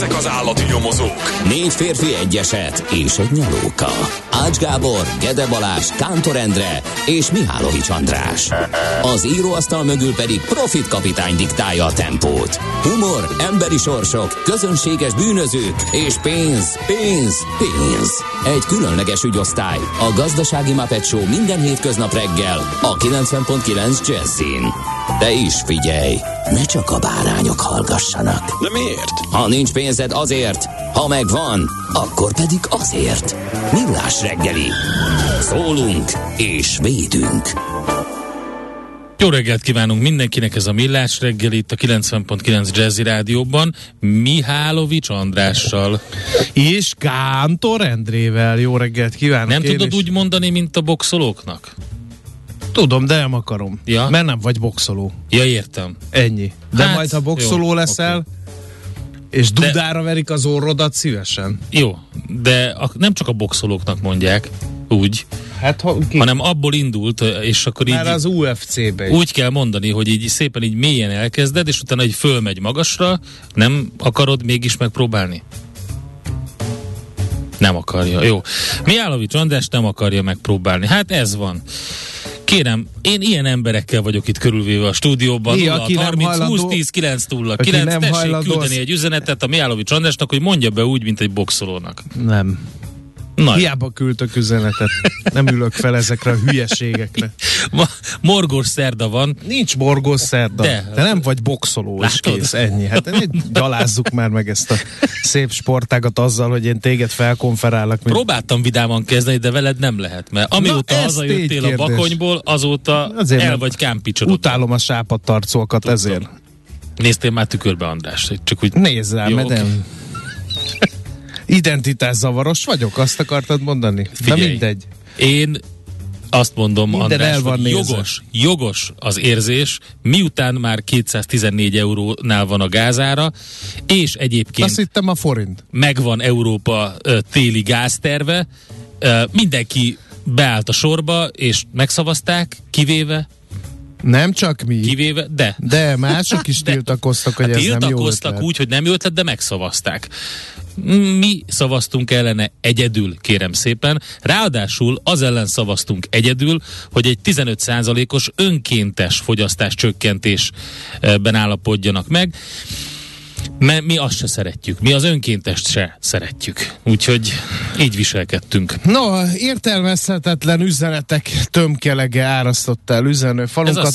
ezek az állati nyomozók? 4 férfi, egy eset és egy nyalóka. Ács Gábor, Gede Balázs, Kántor Endre és Mihálovics András. Az íróasztal mögül pedig Profit kapitány diktálja a tempót. Humor, emberi sorsok, közönséges bűnözők és pénz, pénz, pénz. Egy különleges ügyosztály, a Gazdasági Muppet Show minden hétköznap reggel a 90.9 Jazzin. De is figyelj, ne csak a bárányok hallgassanak. De miért? Ha nincs pénzed, azért, ha megvan, akkor pedig azért. Millás reggeli. Szólunk és védünk. Jó reggelt kívánunk mindenkinek, ez a Millás reggeli itt a 90.9 Jazzy Rádióban, Mihálovics Andrással. És Kántor Endrével. Jó reggelt kívánok. Nem tudod úgy mondani, mint a boxolóknak? Tudom, de nem akarom. Ja? Mert nem vagy boxoló. Ja, értem. Ennyi. De Hát, majd, ha boxoló jó, leszel, és dudára verik az orrodat, szívesen. Jó, de nem csak a boxolóknak mondják úgy, Hát, hanem abból indult, és akkor így... Már az UFC-be is. Úgy kell mondani, hogy így szépen így mélyen elkezded, és utána így fölmegy magasra, nem akarod mégis megpróbálni? Nem akarja, jó. Mihálovics András nem akarja megpróbálni. Hát ez van. Kérem, én ilyen emberekkel vagyok itt körülvéve a stúdióban. 0-30-20-10-9-0-9. Tessék küldeni egy üzenetet a Mihálovics Andrásnak, hogy mondja be úgy, mint egy boxolónak. Nem. Na, hiába küldtök üzenetet. Nem ülök fel ezekre a hülyeségekre. Morgós szerda van. Nincs morgós szerda. De nem vagy boxoló, látod? És kész, ennyi. Hát gyalázzuk már meg ezt a szép sportágat azzal, hogy én téged felkonferálok. Próbáltam vidáman kezdeni, de veled nem lehet, mert amióta hazajöttél a Bakonyból, azóta azért el vagy kámpicsodott. Utálom a sápadtarcókat, ezért. Néztél már tükörbe, András? Csak úgy... Nézz rá, mert nem. Identitászavaros vagyok, azt akartad mondani? Figyelj, na mindegy. Én azt mondom, minden András, hogy jogos az érzés, miután már 214 eurónál van a gázára, és egyébként azt hittem a forint. Megvan Európa téli gázterve, mindenki beállt a sorba, és megszavazták, kivéve nem csak mi. Kivéve, de mások is tiltakoztak, hogy ez nem jó ötlet. Tiltakoztak úgy, hogy nem jó ötlet, de megszavazták. Mi szavaztunk ellene egyedül, kérem szépen. Ráadásul az ellen szavaztunk egyedül, hogy egy 15%-os önkéntes fogyasztás csökkentésben állapodjanak meg. Mert mi azt se szeretjük. Mi az önkéntest se szeretjük. Úgyhogy így viselkedtünk. No, értelmezhetetlen üzenetek tömkelege árasztotta el üzenő falunkat.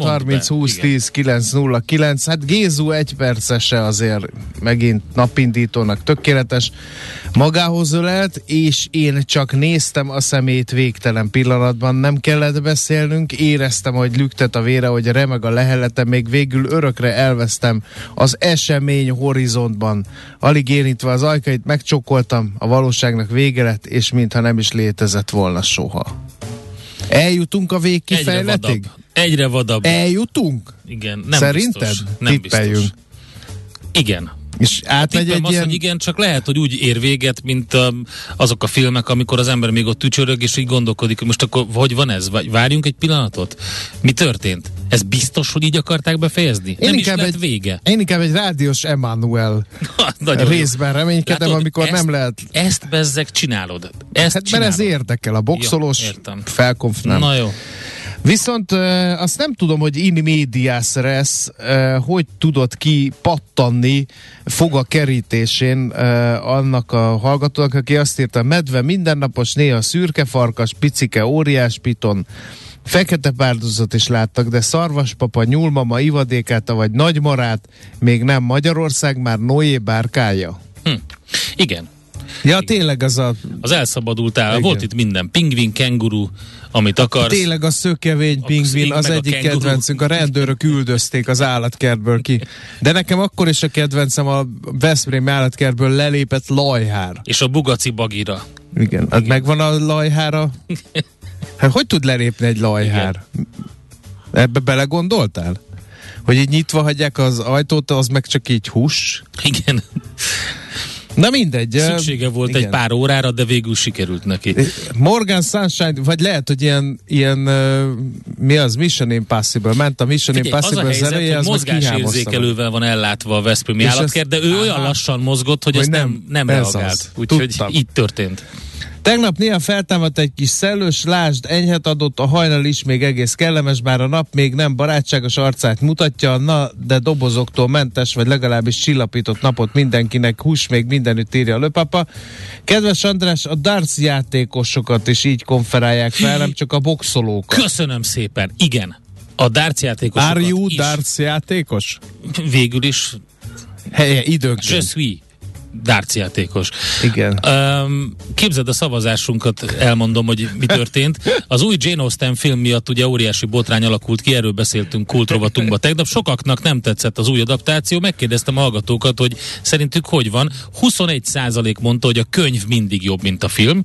0-30-20-10-9-09. Hát Gézu 1 percese azért megint napindítónak tökéletes. Magához ölelt, és én csak néztem a szemét végtelen pillanatban. Nem kellett beszélnünk, éreztem, hogy lüktet a vére, hogy remeg a leheletem, még végül örökre elvesztem az esemény horizontban. Alig érintve az ajkait megcsókoltam, a valóságnak vége lett, és mintha nem is létezett volna soha. Eljutunk a végkifejletig? Egyre vadabb. Eljutunk? Igen, nem szerinted? Biztos. Nem biztos. Igen. És átmegy egy ilyen... hogy igen, csak lehet, hogy úgy ér véget, mint azok a filmek, amikor az ember még ott tücsörög, és így gondolkodik, hogy most akkor hogy van ez? Várjunk egy pillanatot? Mi történt? Ez biztos, hogy így akarták befejezni? Nem is lett vége. Én inkább egy rádiós Emmanuel részben reménykedem, amikor nem lehet... Ezt bezzeg csinálod. Mert ez érdekel, a boxolós felkonf nem. Na jó. Viszont azt nem tudom, hogy in medias res, hogy tudod ki pattanni fog a kerítésén annak a hallgatónak, aki azt írta, medve mindennapos, néha szürke farkas, picike óriás piton, fekete párduzot is láttak, de szarvaspapa, nyúlmama, ivadékáta vagy nagymarát még nem. Magyarország már Noé bárkája. Igen. Ja, tényleg az elszabadult áll. Volt itt minden. Pingvin, kenguru, amit akarsz. Tényleg a szökevény pingvin az egyik kedvencünk. A rendőrök üldözték az állatkertből ki. De nekem akkor is a kedvencem a Veszprém állatkertből lelépett lajhár. És a bugaci bagira. Igen. Hát megvan a lajhára? Hát hogy tud lelépni egy lajhár? Igen. Ebbe belegondoltál? Hogy így nyitva hagyják az ajtót, az meg csak így hús? Igen. Na mindegy. Szüksége volt igen. egy pár órára, de végül sikerült neki. Morgan Sunshine, vagy lehet, hogy ilyen mi az, Mission Impossible, ment a Mission Impossible az a helyzet, zenéje, hogy az mozgásérzékelővel van ellátva a veszprémi És állatkert, de ő olyan lassan mozgott, hogy ez nem reagált. Úgyhogy így történt. Tegnap néha feltámadt egy kis szellős, lásd, enyhet adott, a hajnal is még egész kellemes, bár a nap még nem barátságos arcát mutatja, na, de dobozoktól mentes, vagy legalábbis csillapított napot mindenkinek, hús még mindenütt, írja a Löpapa. Kedves András, a darts játékosokat is így konferálják fel, nem csak a boxolókat. Köszönöm szépen, igen. A darts játékosokat Are you is. darts játékos? Végül is Helye, időnként. je suis darts játékos. Igen. Képzeld, a szavazásunkat elmondom, hogy mi történt. Az új Jane Austen film miatt ugye óriási botrány alakult ki, erről beszéltünk kultrovatunkba tegnap. Sokaknak nem tetszett az új adaptáció, megkérdeztem a hallgatókat, hogy szerintük hogy van. 21% mondta, hogy a könyv mindig jobb, mint a film.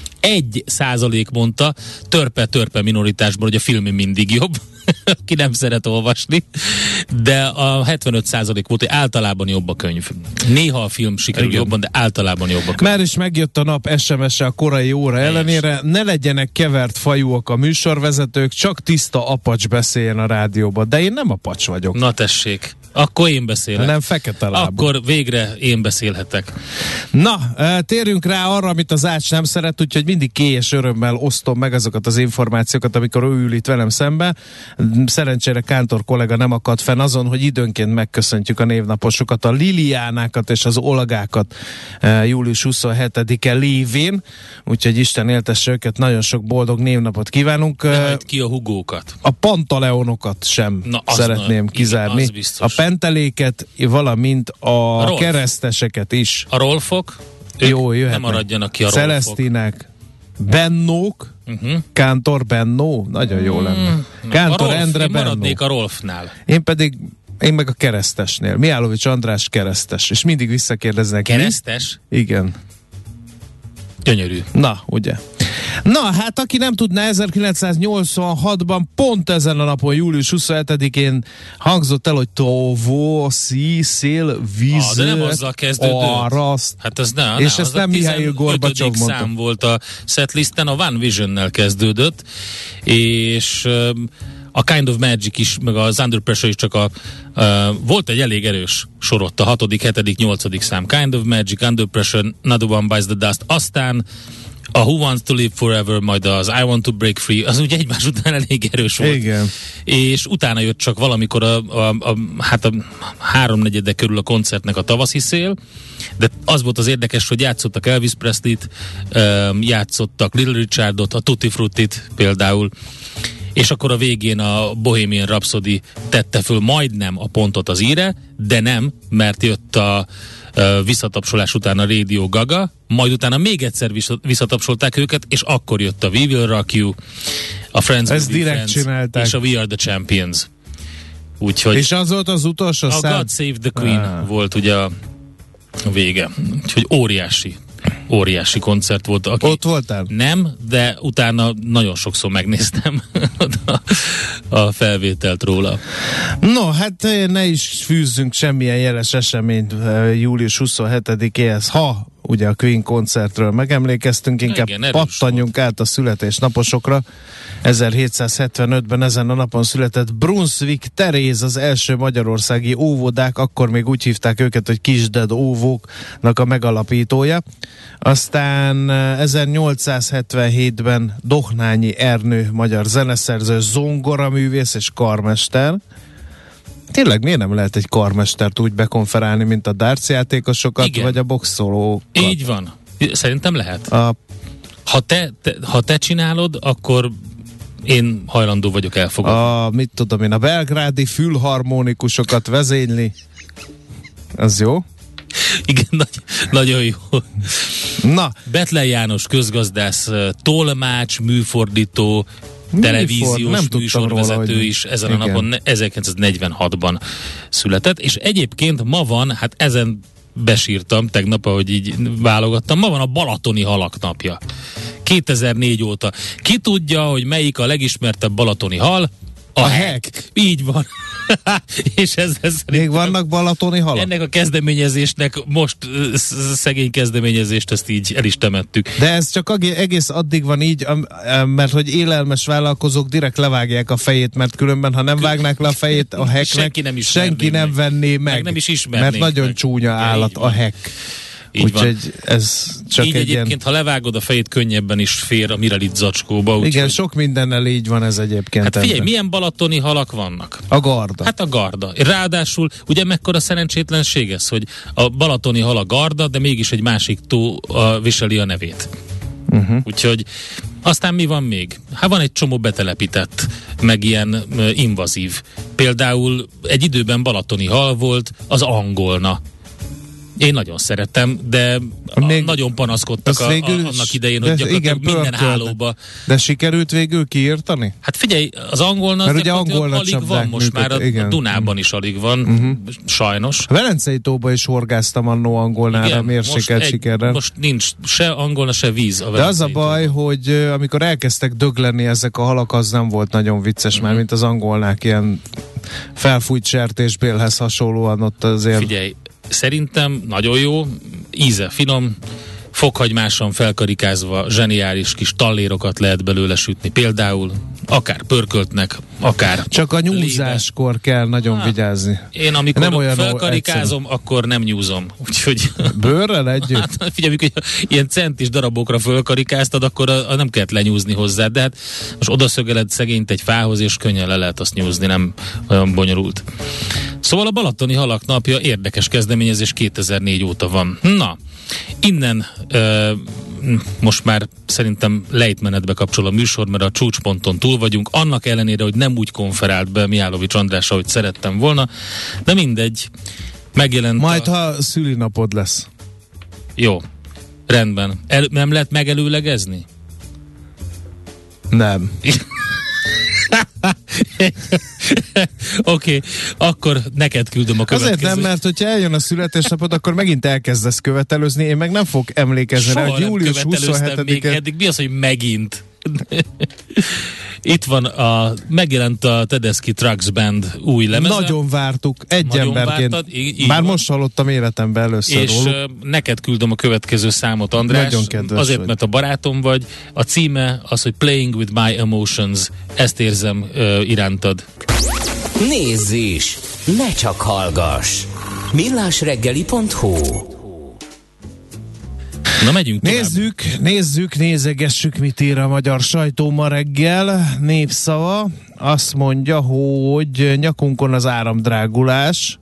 1% mondta, törpe minoritásból, hogy a film mindig jobb. Ki nem szeret olvasni, de a 75% volt, hogy általában jobb a könyv. Néha a film sikerül jobban, de általában jobb a könyv. Már is megjött a nap SMS-e a korai óra ellenére, ne legyenek kevert fajúak a műsorvezetők, csak tiszta apacs beszéljen a rádióba, de én nem apacs vagyok. Na tessék, akkor én beszélek. Nem fekete lábú. Akkor végre én beszélhetek. Na, térjünk rá arra, amit az Ács nem szeret, úgyhogy mindig kélyes örömmel osztom meg azokat az információkat, amikor ő ül itt velem szembe. Szerencsére Kántor kollega nem akadt fenn azon, hogy időnként megköszöntjük a névnaposokat, a Liliánákat és az Olgákat július 27-e lévén, úgyhogy Isten éltesse őket, nagyon sok boldog névnapot kívánunk. Ne hagyd ki a hugókat. A Pantaleonokat sem szeretném kizárni. Igen, a Penteléket, valamint a Rolf. kereszteseket is. A Rolfok, Jó, ők jöhetnek. nem maradjanak ki a Rolfok. Celesztinek, Bennók, Kántor Bennó, nagyon jó lenne. Kántor Endre én Bennó. maradnék a Rolfnál. Én meg a keresztesnél. Mihálovics András keresztes, és mindig visszakérdeznek. Keresztes? Igen. Gyönyörű. Na, ugye. Na, hát aki nem tudná, 1986-ban pont ezen a napon, július 27-én hangzott el, hogy Tovo, szél, víz, de nem azzal kezdődött. araszt. Hát ez nem. És ezt nem Mihály Gorbacsov mondta. Szám volt a setlisten, a One Vision-nel kezdődött, és a Kind of Magic is, meg az Under Pressure is csak volt egy elég erős sorott, a 6., 7., 8. szám. Kind of Magic, Under Pressure, Another One Bites the Dust, aztán a Who Wants to Live Forever, majd az I Want to Break Free, az ugye egymás után elég erős volt. Igen. És utána jött csak valamikor a 3/4 körül a koncertnek a tavaszi szél, de az volt az érdekes, hogy játszottak Elvis Presley-t, játszottak Little Richardot, a Tutti Fruttit például, és akkor a végén a Bohemian Rhapsody tette föl majdnem a pontot az íre, de nem, mert jött a visszatapsolás után a Radio Gaga, majd utána még egyszer visszatapsolták őket, és akkor jött a We Will Rock You, a Friends Will Be Friends, csinálták. és a We Are the Champions. Úgyhogy és az volt az utolsó a szám? God Save the Queen volt ugye a vége. Úgyhogy óriási koncert volt. Ott voltál? Nem, de utána nagyon sokszor megnéztem a felvételt róla. No, hát ne is fűzzünk semmilyen jeles eseményt július 27-éhez, ha ugye a Queen koncertről megemlékeztünk, inkább igen, pattanjunk át a születésnaposokra. 1775-ben ezen a napon született Brunswick Teréz, az első magyarországi óvodák, akkor még úgy hívták őket, hogy Kisded óvóknak a megalapítója. Aztán 1877-ben Dohnányi Ernő, magyar zeneszerző, zongoraművész és karmester. Tényleg miért nem lehet egy karmestert úgy bekonferálni, mint a darts játékosokat, igen, vagy a boxolókat? Így van. Szerintem lehet. Ha te csinálod, akkor én hajlandó vagyok elfogadni. Mit tudom én, a belgrádi fülharmonikusokat vezényli. Az jó? Igen, nagyon jó. Na. Betlen János közgazdász, tolmács, műfordító, televíziós műsorvezető is ezen a napon 1946-ban született, és egyébként ma van, hát ezen besírtam tegnap, ahogy így válogattam, ma van a balatoni halak napja. 2004 óta. Ki tudja, hogy melyik a legismertebb balatoni hal? A hek. Így van. És ez még vannak balatoni halak? Ennek a kezdeményezésnek most szegény kezdeményezést ezt így el is temettük. De ez csak egész addig van így, mert hogy élelmes vállalkozók direkt levágják a fejét, mert különben, ha nem vágnák le a fejét a heknek, senki nem venné meg. Nem is ismernék. Mert nagyon csúnya állat a hek. Úgyhogy ez csak így egy egyébként, ilyen... ha levágod a fejét, könnyebben is fér a Miralit zacskóba. Igen, sok mindennel így van ez egyébként. Hát figyelj, milyen balatoni halak vannak? A garda. Hát a garda. Ráadásul, ugye mekkora szerencsétlenség ez, hogy a balatoni hal a garda, de mégis egy másik tó viseli a nevét. Úgyhogy aztán mi van még? Hát van egy csomó betelepített, meg ilyen invazív. Például egy időben balatoni hal volt az angolna. Én nagyon szeretem, de nagyon panaszkodtak annak idején, hogy gyakorlatilag minden hálóba. De sikerült végül kiírtani? Hát figyelj, az angolna az gyakorlatilag alig van most már, a Dunában is alig van, sajnos. A Velencei tóba is horgáztam annó angolnára mérsékelt sikerrel. Most nincs se angolna, se víz a Velencei. De az a baj, hogy amikor elkezdtek dögleni ezek a halak, az nem volt nagyon vicces már, mint az angolnák, ilyen felfújt sertésbélhez hasonlóan ott azért. Figyelj, szerintem nagyon jó, íze finom, fokhagymáson felkarikázva zseniális kis tallérokat lehet belőle sütni. Például akár pörköltnek, akár csak a nyúzáskor kell nagyon vigyázni. Én amikor nem felkarikázom, akkor nem nyúzom. Úgyhogy... Bőrrel együtt? Hát figyelj, hogy ilyen centis darabokra fölkarikáztad, akkor nem kellett lenyúzni hozzá, de hát most odaszögeled szegényt egy fához, és könnyen le lehet azt nyúzni, nem olyan bonyolult. Szóval a balatoni halak napja érdekes kezdeményezés, 2004 óta van. Na, innen most már szerintem lejtmenetbe kapcsol a műsor, mert a csúcsponton túl vagyunk, annak ellenére, hogy nem úgy konferált be Mihálovics András, ahogy szerettem volna, de mindegy, megjelent majd ha szülinapod lesz. Jó, rendben. Nem lehet megelőlegezni? Nem. Oké, akkor neked küldöm a következőt. Azért nem, mert hogyha eljön a születésnapod, akkor megint elkezdesz követelőzni, én meg nem fogok emlékezni rá, hogy július 27-én... eddig. Mi az, hogy megint? Itt van megjelent a Tedeschi Trucks Band új lemeze. Nagyon vártuk, egy emberként. Már van. Most hallottam életemben először és neked küldöm a következő számot, András. Nagyon kedves azért, vagy. Mert a barátom vagy. A címe az, hogy Playing with My Emotions. Ezt érzem irántad. Nézz is! Ne csak hallgass! millásreggeli.hu. Na, megyünk tovább. Nézegessük, mit ír a magyar sajtó ma reggel. Népszava azt mondja, hogy nyakunkon az áramdrágulás.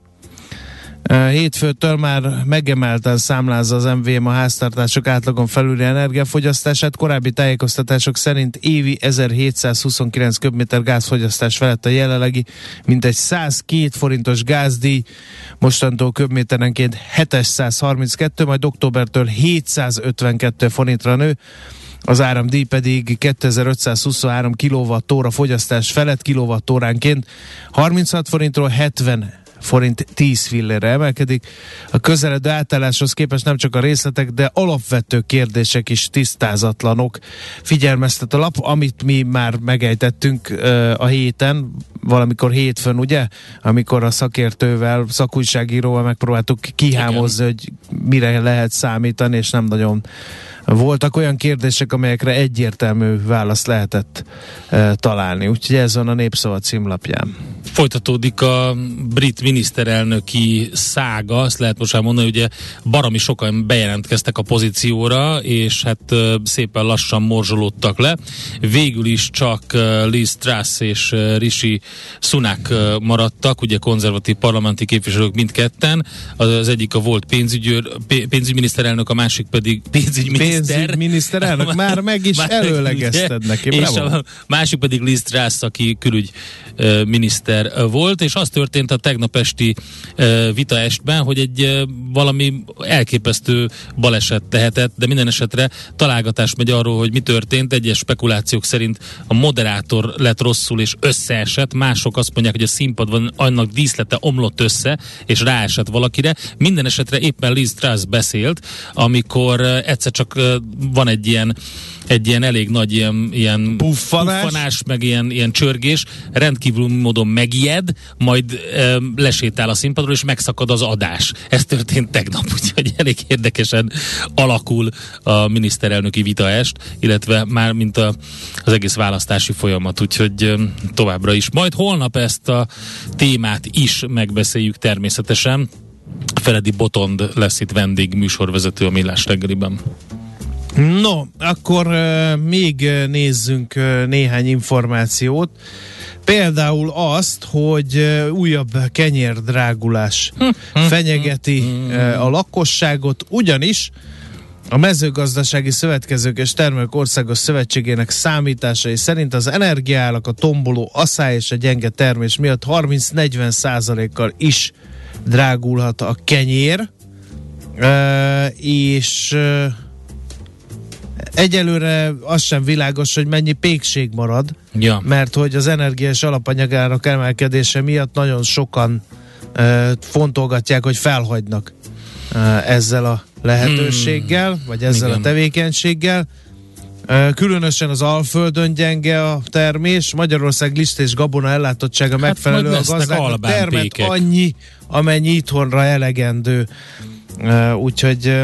Hétfőtől már megemelten számlázza az MVM a háztartások átlagon felüli energiafogyasztását. Korábbi tájékoztatások szerint évi 1729 köbméter gázfogyasztás felett a jelenlegi mintegy 102 forintos gázdíj, mostantól köbméterenként 732, majd októbertől 752 forintra nő. Az áramdíj pedig 2523 kWh fogyasztás felett kilowattóránként 36 forintról 70 forint 10 fillére emelkedik. A közeledő átálláshoz képest nem csak a részletek, de alapvető kérdések is tisztázatlanok. Figyelmeztet a lap, amit mi már megejtettünk a héten, valamikor hétfőn, ugye? Amikor a szakértővel, szakújságíróval megpróbáltuk kihámozni, hogy mire lehet számítani, és nem nagyon voltak olyan kérdések, amelyekre egyértelmű választ lehetett találni. Úgyhogy ez van a Népszava címlapján. Folytatódik a brit miniszterelnöki szága, azt lehet most már mondani, hogy ugye baromi sokan bejelentkeztek a pozícióra, és hát szépen lassan morzsolódtak le. Végül is csak Liz Truss és Rishi Sunak maradtak, ugye konzervatív parlamenti képviselők mindketten. Az egyik a volt pénzügyminiszterelnök, a másik pedig pénzügyminiszterelnök. Már meg is előlegezted neki. És a másik pedig Liz Truss, aki külügyminiszter volt, és az történt a tegnap esti vitaestben, hogy egy valami elképesztő baleset lehetett, de minden esetre találgatás megy arról, hogy mi történt. Egyes spekulációk szerint a moderátor lett rosszul és összeesett, mások azt mondják, hogy a színpadon annak díszlete omlott össze, és ráesett valakire. Minden esetre éppen Liz Truss beszélt, amikor egyszer csak van egy ilyen egy ilyen elég nagy ilyen puffanás, meg ilyen csörgés, rendkívül módon megijed, majd lesétál a színpadról, és megszakad az adás. Ez történt tegnap, úgyhogy elég érdekesen alakul a miniszterelnöki vitaest, illetve már mint az egész választási folyamat, úgyhogy továbbra is. Majd holnap ezt a témát is megbeszéljük természetesen. Feledi Botond lesz itt vendég műsorvezető a Millás reggeliben. No, akkor még nézzünk néhány információt. Például azt, hogy újabb kenyérdrágulás fenyegeti a lakosságot, ugyanis a Mezőgazdasági Szövetkezők és Termelők Országos Szövetségének számításai szerint az energiaárak, a tomboló asszály és a gyenge termés miatt 30-40%-kal is drágulhat a kenyér, és egyelőre az sem világos, hogy mennyi pékség marad, mert hogy az energia és alapanyagárak emelkedése miatt nagyon sokan fontolgatják, hogy felhagynak ezzel a lehetőséggel, vagy ezzel a tevékenységgel. Különösen az Alföldön gyenge a termés, Magyarország lista és gabona ellátottsága megfelelő a gazdáknak, termet annyi, amennyi itthonra elegendő. Úgyhogy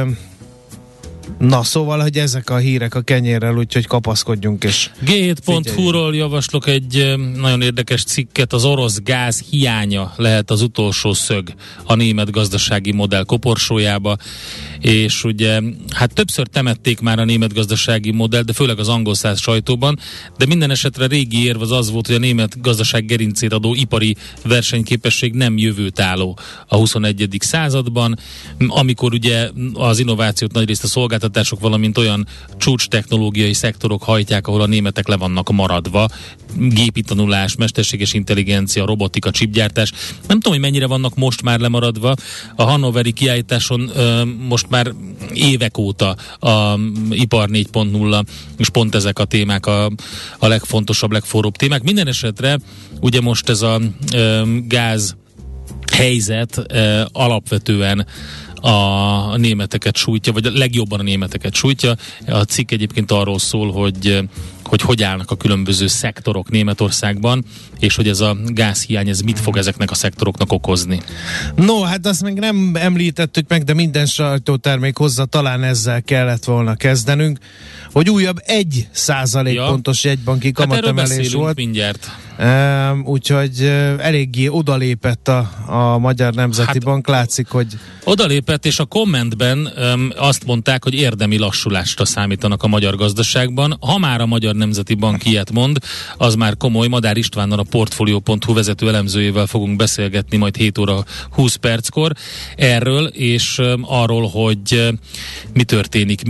na, szóval, hogy ezek a hírek a kenyérrel, úgyhogy kapaszkodjunk és G7.hu-ról javaslok egy nagyon érdekes cikket. Az orosz gáz hiánya lehet az utolsó szög a német gazdasági modell koporsójába, és ugye, hát többször temették már a német gazdasági modell, de főleg az angolszász sajtóban, de minden esetre régi érv az volt, hogy a német gazdaság gerincét adó ipari versenyképesség nem jövőtálló a 21. században, amikor ugye az innovációt nagyrészt a szolgáltatások, valamint olyan csúcs technológiai szektorok hajtják, ahol a németek le vannak maradva. Gépi tanulás, mesterséges intelligencia, robotika, csipgyártás. Nem tudom, hogy mennyire vannak most már lemaradva. A hannoveri kiállításon most már évek óta a Ipar 4.0, és pont ezek a témák a legfontosabb, legforróbb témák. Minden esetre ugye most ez a gáz helyzet alapvetően a németeket sújtja, vagy legjobban a németeket sújtja. A cikk egyébként arról szól, hogy állnak a különböző szektorok Németországban, és hogy ez a gázhiány, ez mit fog ezeknek a szektoroknak okozni. No, hát azt még nem említettük meg, de minden sajtótermék hozzá talán ezzel kellett volna kezdenünk, hogy újabb 1% pontos jegybanki kamatemelés volt. Mindjárt. Úgyhogy eléggé odalépett a Magyar Nemzeti Bank, látszik, hogy odalépett, és a kommentben azt mondták, hogy érdemi lassulásra számítanak a magyar gazdaságban. Ha már a Magyar Nemzeti Bank ilyet mond, az már komoly. Madár Istvánnal, a Portfolio.hu vezető elemzőjével fogunk beszélgetni majd 7 óra 20 perckor erről, és arról, hogy mi történik,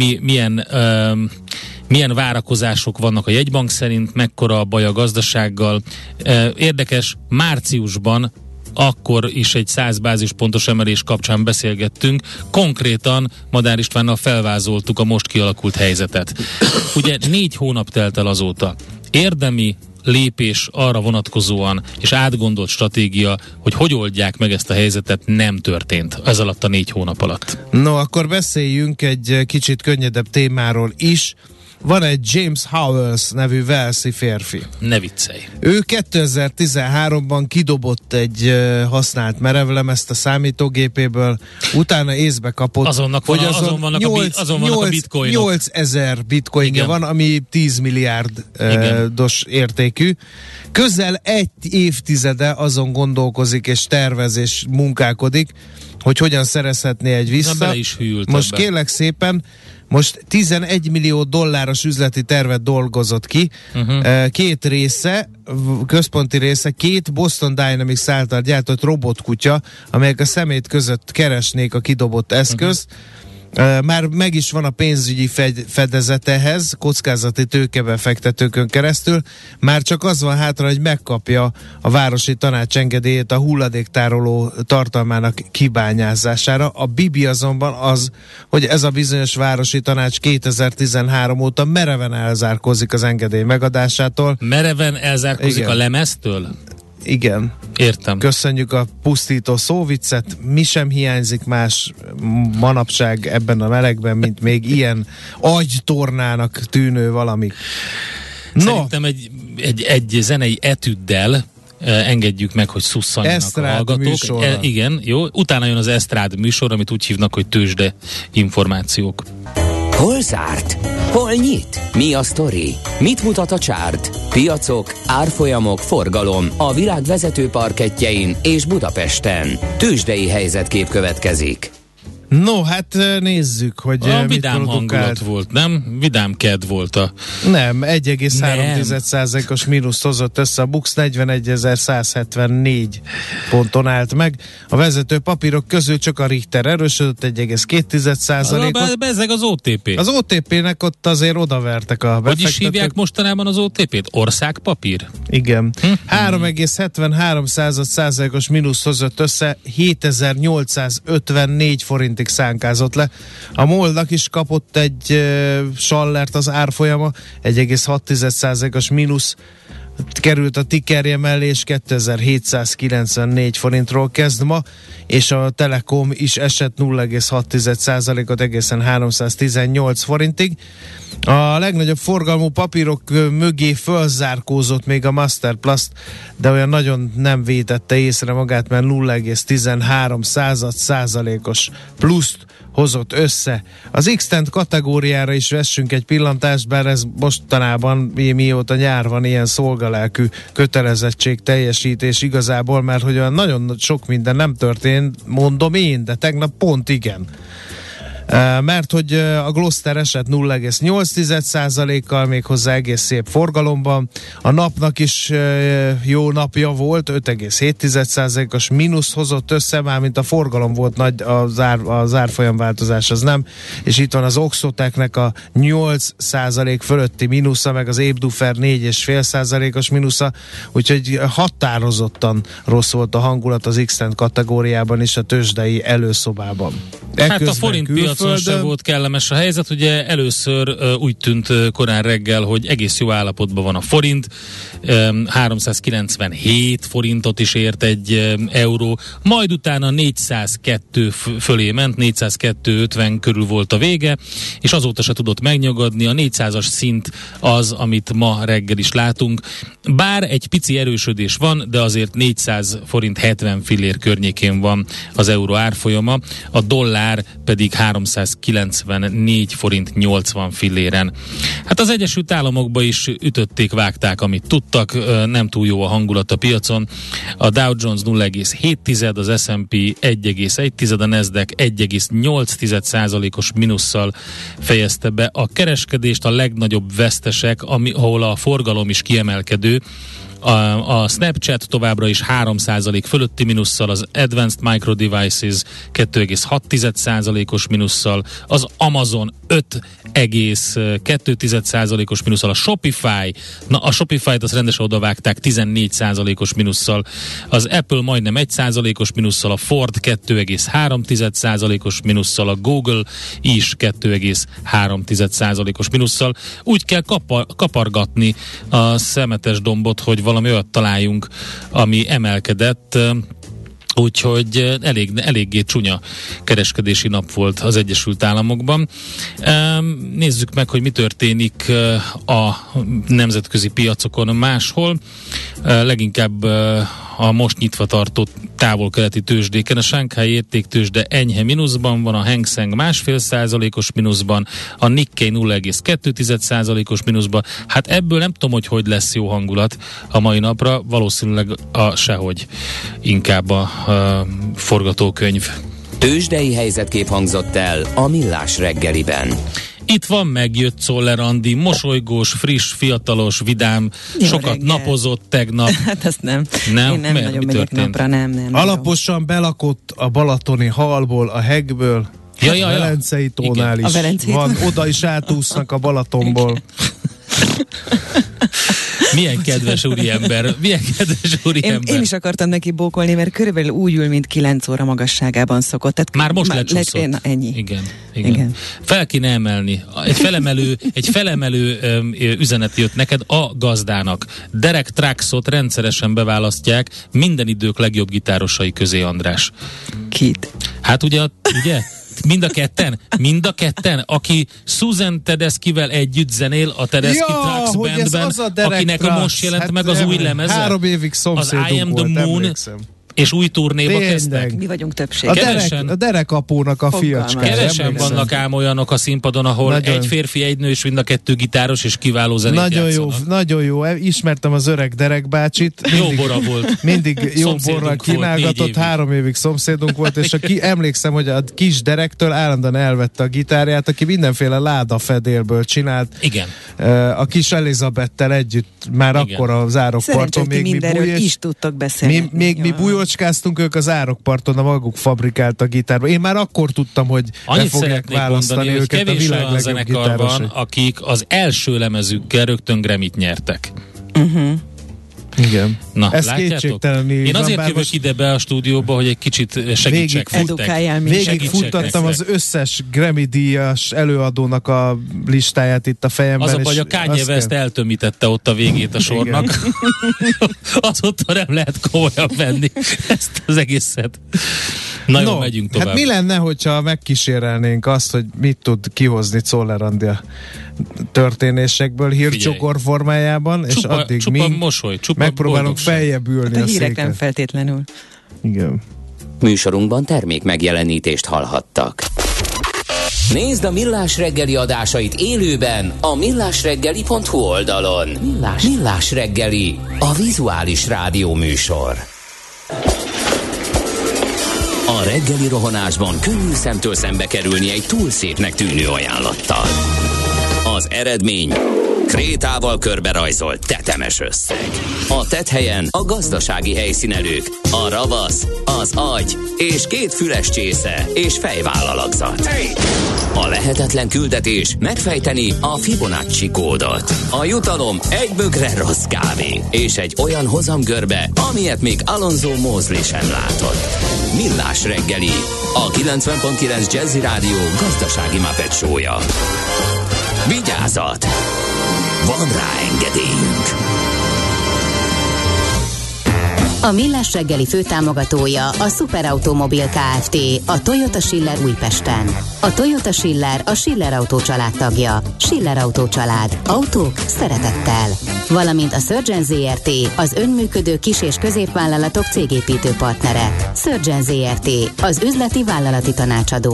milyen várakozások vannak a jegybank szerint, mekkora a baj a gazdasággal. Érdekes, márciusban akkor is egy 100 bázispontos emelés kapcsán beszélgettünk. Konkrétan Madár Istvánnal felvázoltuk a most kialakult helyzetet. Ugye 4 hónap telt el azóta. Érdemi lépés arra vonatkozóan, és átgondolt stratégia, hogy oldják meg ezt a helyzetet, nem történt ez alatt a 4 hónap alatt. No, akkor beszéljünk egy kicsit könnyedebb témáról is. Van egy James Howells nevű walesi férfi. Ne viccelj. Ő 2013-ban kidobott egy használt merevlemezt a számítógépéből, utána észbe kapott, azon vannak a bitcoinok. 8000 bitcoinja van, ami 10 milliárdos értékű. Közel egy évtizede azon gondolkozik és tervez és munkálkodik, hogy hogyan szerezhetné egy vissza. Most kérlek szépen, most $11 millió üzleti tervet dolgozott ki, 2 része, központi része, 2 Boston Dynamics által gyártott robotkutya, amelyek a szemét között keresnék a kidobott eszközt. Már meg is van a pénzügyi fedezetehez, kockázati tőkebefektetőkön keresztül, már csak az van hátra, hogy megkapja a városi tanács engedélyét a hulladéktároló tartalmának kibányázására. A bibi azonban az, hogy ez a bizonyos városi tanács 2013 óta mereven elzárkózik az engedély megadásától. Mereven elzárkózik a lemeztől? Igen. Értem. Köszönjük a pusztító szóviccet. Mi sem hiányzik más manapság ebben a melegben, mint még ilyen agytornának tűnő valami. Szerintem egy zenei etüddel engedjük meg, hogy szusszanjanak a hallgatók. Igen, jó. Utána jön az esztrád műsor, amit úgy hívnak, hogy tőzsde információk. Hol zárt? Hol nyit? Mi a sztori? Mit mutat a csárt? Piacok, árfolyamok, forgalom a világ vezető parkettjein és Budapesten. Tőzsdei helyzetkép következik. No, hát nézzük, hogy a mit vidám produkált. hangulat volt, nem? Vidám kedd volt a... Nem, 1,3%-os mínuszt hozott össze a BUX, 41.174 ponton állt meg. A vezető papírok közül csak a Richter erősödött 1,2%-ot. Bezzeg az OTP. Az OTP-nek ott azért odavertek a befektetők. Hogy is hívják mostanában az OTP-t? Országpapír? Igen. 3,73%-os mínusz hozott össze, 7854 forintig szánkázott le. A MOL-nak is kapott egy sallert az árfolyama, 1,6%-os mínusz került a tickerje mellé, és 2794 forintról kezd ma, és a Telekom is esett 0,6%-ot egészen 318 forintig. A legnagyobb forgalmú papírok mögé fölzárkózott még a Masterplast, de olyan nagyon nem vétette észre magát, mert 0,13%-os pluszt hozott össze. Az X-Tent kategóriára is vessünk egy pillantást, bár ez mostanában, mióta nyár van, ilyen szolgalelkű kötelezettség teljesítés igazából, mert hogy olyan nagyon sok minden nem történt, mondom én, de tegnap pont igen. Mert hogy a Gloster esett 0,8%-kal, méghozzá egész szép forgalomban. A napnak is jó napja volt, 5,7%-os mínusz hozott össze, mármint a forgalom volt nagy, az árfolyamváltozás az nem, és itt van az Oxotecnek a 8% fölötti mínusza, meg az Ébdufer 4,5%-os mínusza, úgyhogy határozottan rossz volt a hangulat az X-Tent kategóriában is a tőzsdei előszobában. Hát a forint piacon sem volt kellemes a helyzet, ugye először úgy tűnt korán reggel, hogy egész jó állapotban van a forint, 397 forintot is ért egy euró, majd utána 402 fölé ment, 402,50 körül volt a vége, és azóta se tudott megnyugodni, a 400-as szint az, amit ma reggel is látunk, bár egy pici erősödés van, de azért 400 forint 70 fillér környékén van az euró árfolyama, a dollár pedig 394 forint 80 filléren. Hát az Egyesült Államokba is ütötték, vágták, amit tudtak, nem túl jó a hangulat a piacon. A Dow Jones 0,7, az S&P 1,1, a Nasdaq 1,8%-os mínusszal fejezte be a kereskedést. A legnagyobb vesztesek, ahol a forgalom is kiemelkedő, a Snapchat továbbra is 3% fölötti mínusszal, az Advanced Micro Devices 2,6%-os mínusszal, az Amazon 5,2%-os mínusszal, a Shopify, a Shopify-t azt rendesen odavágták 14%-os mínusszal, az Apple majdnem 1%-os mínusszal, a Ford 2,3%-os mínusszal, a Google is 2,3%-os mínusszal. Úgy kell kapargatni a szemetes dombot, hogy valami olyat találjunk, ami emelkedett, úgyhogy eléggé csúnya kereskedési nap volt az Egyesült Államokban. Nézzük meg, hogy mi történik a nemzetközi piacokon máshol. Leginkább a most nyitva tartó távol-keleti tőzsdéken. A Shanghai értéktőzsde enyhe mínuszban van, a Hang Seng 1,5%-os mínuszban, a Nikkei 0,2%-os mínuszban. Hát ebből nem tudom, hogy lesz jó hangulat a mai napra, valószínűleg sehogy, inkább a forgatókönyv. Tőzsdei helyzetkép hangzott el a Millás reggeliben. Itt van, megjött Czoller Andi, mosolygós, friss, fiatalos, vidám, jó sokat reggel. napozott tegnap. Hát azt nem. Nem? Én nem Mert nagyon mi megyek történt? napra, nem. Alaposan belakott a balatoni halból, a heggből, a Velencei tónál Igen. is A Velencei van, oda is átúsznak a Balatonból. Milyen kedves úriember. Én is akartam neki bókolni, mert körülbelül úgy ül, mint 9 óra magasságában szokott. Tehát már most lecsúszott. Ennyi. Igen. Fel kéne emelni. Egy felemelő üzenet jött neked a gazdának. Derek Trucksot rendszeresen beválasztják minden idők legjobb gitárosai közé, András. Kit? Hát ugye? Mind a ketten, aki Susan Tedeschivel együtt zenél a Tedeschi Trucks bandben, akinek most jelent meg az új lemeze. 3 évig szomszédunk az I Am volt, the Moon, emlékszem. És új turnéba kezdtek. Mi vagyunk többség. A Derek apónak a fiacska. Kevesen vannak ám olyanok a színpadon, ahol egy férfi, egy nő és mind a kettő gitáros és kiváló zenét játszanak. Nagyon jó. Ismertem az öreg Derek bácsit. Jó bora volt. Mindig jó borral kínálgatott, 3 évig szomszédunk volt, és emlékszem, hogy a kis Derektől állandóan elvette a gitárját, aki mindenféle ládafedélből csinált. Igen. A kis Elizabettel együtt már akkor az árokparton még mindenről is tudtak beszélni. Mi bujocskáztunk, ők az árokparton a maguk fabrikált a gitárba. Én már akkor tudtam, hogy annyit szeretnék mondani, hogy kevés olyan zenekar van, akik az első lemezükkel rögtön Grammy-t nyertek. Igen. Na, ez látjátok? Én azért jövök ide be a stúdióba, hogy egy kicsit segítsek. Végig futtattam az összes Grammy-díjas előadónak a listáját itt a fejemben. Az a baj, a Kanye West eltömítette ott a végét a sornak. Azóta nem lehet komolyan venni ezt az egészet. Na jó, megyünk tovább. Hát mi lenne, hogyha megkísérelnénk azt, hogy mit tud kihozni Czoller Andi a történésekből hírcsokor formájában, és addig mi megpróbálunk feljebb ülni a hírek nem feltétlenül. Igen. Műsorunkban termék megjelenítést hallhattak. Nézd a Millás reggeli adásait élőben a millásreggeli.hu oldalon. Millás reggeli, a vizuális rádió műsor. A reggeli rohanásban könnyű szemtől szembe kerülni egy túl szépnek tűnő ajánlattal. Az eredmény krétával körberajzolt tetemes összeg. A tetthelyen a gazdasági helyszínelők, a ravasz, az agy és 2 füles csésze és fejvállalakzat. A lehetetlen küldetés megfejteni a Fibonacci kódot. A jutalom egy bögre rossz kávé és egy olyan hozamgörbe, amilyet még Alonso Mosley sem látott. Millás reggeli, a 90.9 Jazzy Rádió gazdasági Muppet show-ja. Vigyázat! Van rá engedélyünk! A Millás reggeli főtámogatója a Superautomobil Kft. A Toyota Schiller Újpesten. A Toyota Schiller a Schiller Autó család tagja. Schiller Autó család. Autók szeretettel. Valamint a Surgeon ZRT, az önműködő kis- és középvállalatok cégépítő partnere. Surgeon ZRT, az üzleti vállalati tanácsadó.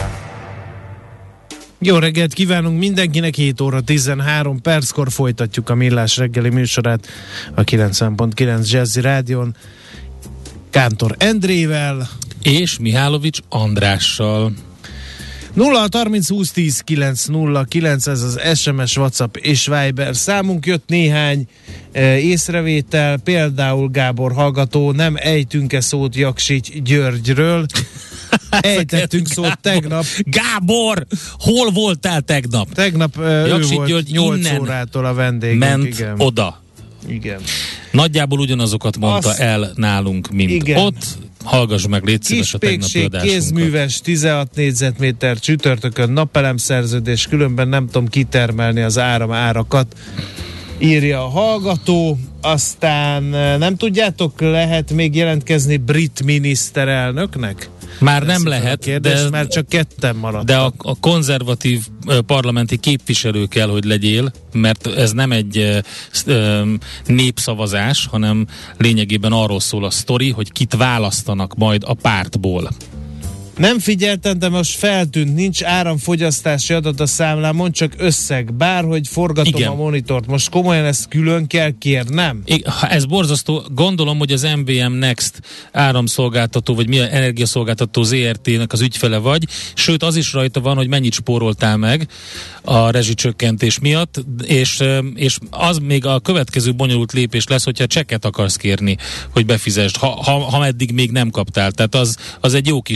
Jó reggelt kívánunk mindenkinek, 7 óra 13 perckor folytatjuk a Millás reggeli műsorát a 90.9 Jazzy Rádión Kántor Endrével és Mihálovics Andrással. 0-30 20 10 909, ez az SMS, WhatsApp és Viber számunk. Jött néhány észrevétel, például Gábor hallgató, nem ejtünk-e szót Jaksich Györgyről? Ejtettünk szót tegnap. Gábor, hol voltál tegnap? Tegnap ő volt 8 órától a vendégünk. Ment igen. Oda. Igen. Nagyjából ugyanazokat mondta el nálunk, mint igen. Ott. Hallgass meg, légy szíves a tegnapi adásunkat. Kézműves, 16 négyzetméter csütörtökön napelemszerződés, különben nem tudom kitermelni az árakat, írja a hallgató. Aztán nem tudjátok, lehet még jelentkezni brit miniszterelnöknek? Már nem lehet, kérdés, de már csak 2 maradtak. De a konzervatív parlamenti képviselő kell, hogy legyél, mert ez nem egy népszavazás, hanem lényegében arról szól a sztori, hogy kit választanak majd a pártból. Nem figyeltem, de most feltűnt, nincs áramfogyasztási adat a számlámon, csak összeg. Bárhogy forgatom igen. A monitort. Most komolyan ezt külön kell kérnem? Ez borzasztó. Gondolom, hogy az MVM Next áramszolgáltató, vagy milyen energiaszolgáltató ZRT-nek az ügyfele vagy. Sőt, az is rajta van, hogy mennyit spóroltál meg a rezsicsökkentés miatt, és az még a következő bonyolult lépés lesz, hogyha csekket akarsz kérni, hogy befizesd, ha eddig még nem kaptál. Tehát az egy jó kis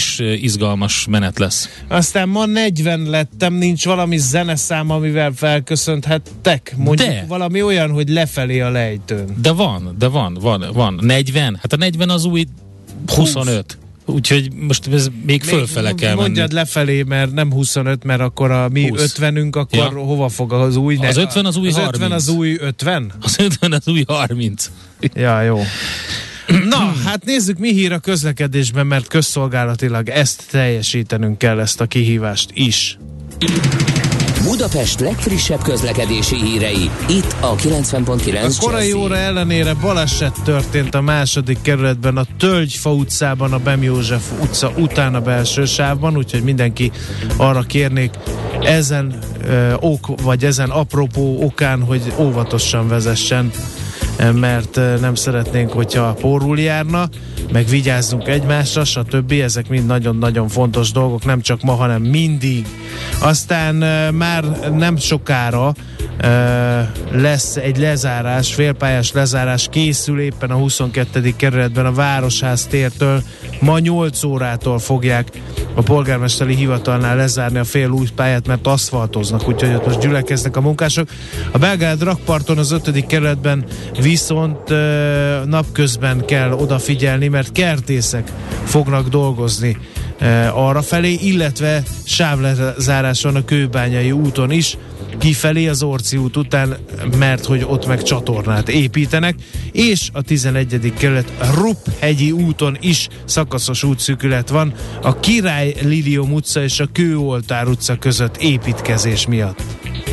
izgalmas menet lesz. Aztán ma 40 lettem, nincs valami zeneszám, amivel felköszönthettek? Mondjuk valami olyan, hogy lefelé a lejtőn. De van. 40? Hát a 40 az új 25. Úgyhogy most ez még fölfele kell menni. Mondjad lefelé, mert nem 25, mert akkor a mi 50-ünk, akkor hova fog az új? Az 50 az új 30. 50 az új 50? Az 50 az új 30. Ja, jó. Na, hát nézzük, mi hír a közlekedésben, mert közszolgálatilag ezt teljesítenünk kell, ezt a kihívást is. Budapest legfrissebb közlekedési hírei, itt a 90.9. A korai óra ellenére baleset történt a második kerületben, a Tölgyfa utcában, a Bem József utca után a belső sávban, úgyhogy mindenki arra kérnék ezen ezen apropó okán, hogy óvatosan vezessen, mert nem szeretnénk, hogyha pórul járna, meg vigyázzunk egymásra, stb. Ezek mind nagyon-nagyon fontos dolgok, nem csak ma, hanem mindig. Aztán már nem sokára lesz egy lezárás, félpályás lezárás, készül éppen a 22. kerületben a Városház tértől. Ma 8 órától fogják a polgármesteri hivatalnál lezárni a fél új pályát, mert aszfaltoznak, úgyhogy ott most gyülekeznek a munkások. A Belgrád rakparton az 5. kerületben viszont napközben kell odafigyelni, mert kertészek fognak dolgozni arrafelé, illetve sávlezárás van a Kőbányai úton is, kifelé az Orci út után, mert hogy ott meg csatornát építenek, és a 11. kerület Rupp-hegyi úton is szakaszos útszűkület van, a Király Lilium utca és a Kőoltár utca között építkezés miatt.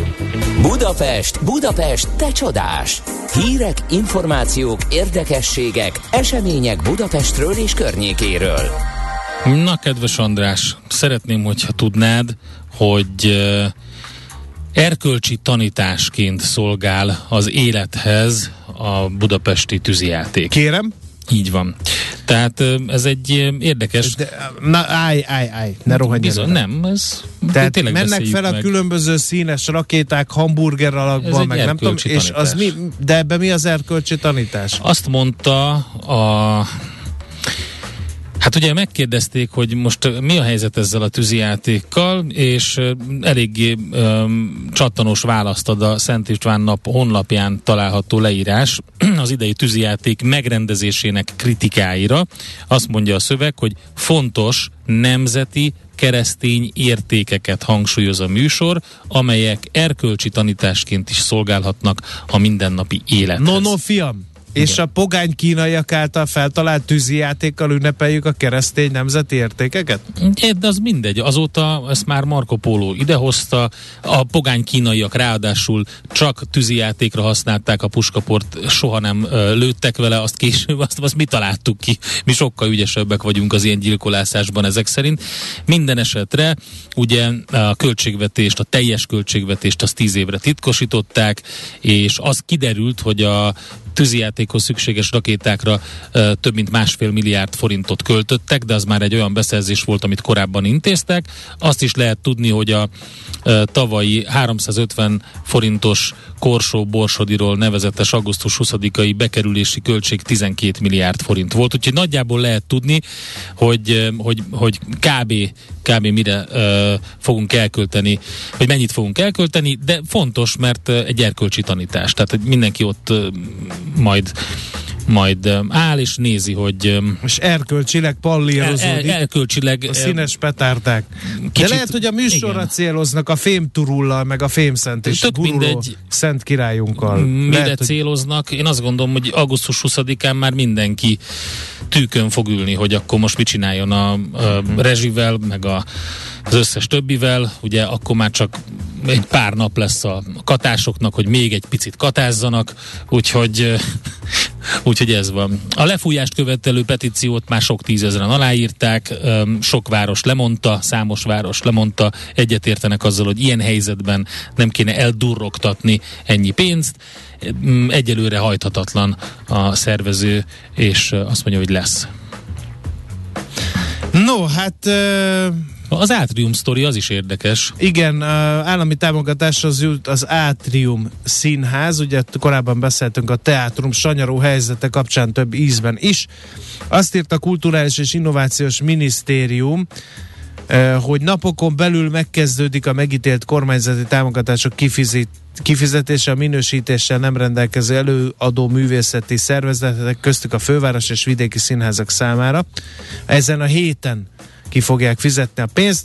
Budapest, te csodás! Hírek, információk, érdekességek, események Budapestről és környékéről. Na, kedves András, szeretném, hogyha tudnád, hogy erkölcsi tanításként szolgál az élethez a budapesti tűzijáték. Kérem? Így van. Tehát ez egy érdekes... Na, állj, ne rohanj. Bizony, nem, ez... Tehát mennek fel a különböző színes rakéták hamburger alakban, meg nem tudom, és az mi, de ebben mi az erkölcsi tanítás? Azt mondta Hát ugye megkérdezték, hogy most mi a helyzet ezzel a tűzijátékkal, és eléggé csattanós választ ad a Szent István Nap honlapján található leírás az idei tűzijáték megrendezésének kritikáira. Azt mondja a szöveg, hogy fontos nemzeti keresztény értékeket hangsúlyoz a műsor, amelyek erkölcsi tanításként is szolgálhatnak a mindennapi élethez. No, fiam! És a pogány kínaiak által feltalált tűzijátékkal ünnepeljük a keresztény nemzeti értékeket? De az mindegy. Azóta ezt már Marco Polo idehozta. A pogány kínaiak ráadásul csak tűzijátékra használták a puskaport, soha nem lőttek vele, azt később, azt mi találtuk ki. Mi sokkal ügyesebbek vagyunk az ilyen gyilkolászásban ezek szerint. Minden esetre ugye a költségvetést, a teljes költségvetést azt 10 évre titkosították, és az kiderült, hogy a tűzijátékhoz szükséges rakétákra több mint 1,5 milliárd forintot költöttek, de az már egy olyan beszerzés volt, amit korábban intéztek. Azt is lehet tudni, hogy a tavalyi 350 forintos Korsó-Borsodiról nevezetes augusztus 20-ai bekerülési költség 12 milliárd forint volt. Úgyhogy nagyjából lehet tudni, hogy kb. Mire fogunk elkölteni, vagy mennyit fogunk elkölteni, de fontos, mert egy erkölcsi tanítás. Tehát mindenki ott majd áll és nézi, hogy... És erkölcsileg pallírozódik. Erkölcsileg... A színes petárdák. De lehet, hogy a műsorra céloznak a fémturullal, meg a fémszent és guruló szent királyunkkal. Mire céloznak? Én azt gondolom, hogy augusztus 20-án már mindenki tűkön fog ülni, hogy akkor most mit csináljon a rezsivel, meg az összes többivel. Ugye akkor már csak egy pár nap lesz a katásoknak, hogy még egy picit katázzanak, úgyhogy ez van. A lefújást követelő petíciót már sok tízezren aláírták, sok város lemondta, számos város lemondta, egyetértenek azzal, hogy ilyen helyzetben nem kéne eldurrogtatni ennyi pénzt. Egyelőre hajthatatlan a szervező, és azt mondja, hogy lesz. No, hát Az Átrium sztori az is érdekes. Igen, állami támogatáshoz jut az Átrium Színház, ugye korábban beszéltünk a teátrum sanyarú helyzete kapcsán több ízben is. Azt írt a Kulturális és Innovációs Minisztérium, hogy napokon belül megkezdődik a megítélt kormányzati támogatások kifizetése a minősítéssel nem rendelkező előadó művészeti szervezetek, köztük a főváros és vidéki színházak számára. Ezen a héten ki fogják fizetni a pénzt.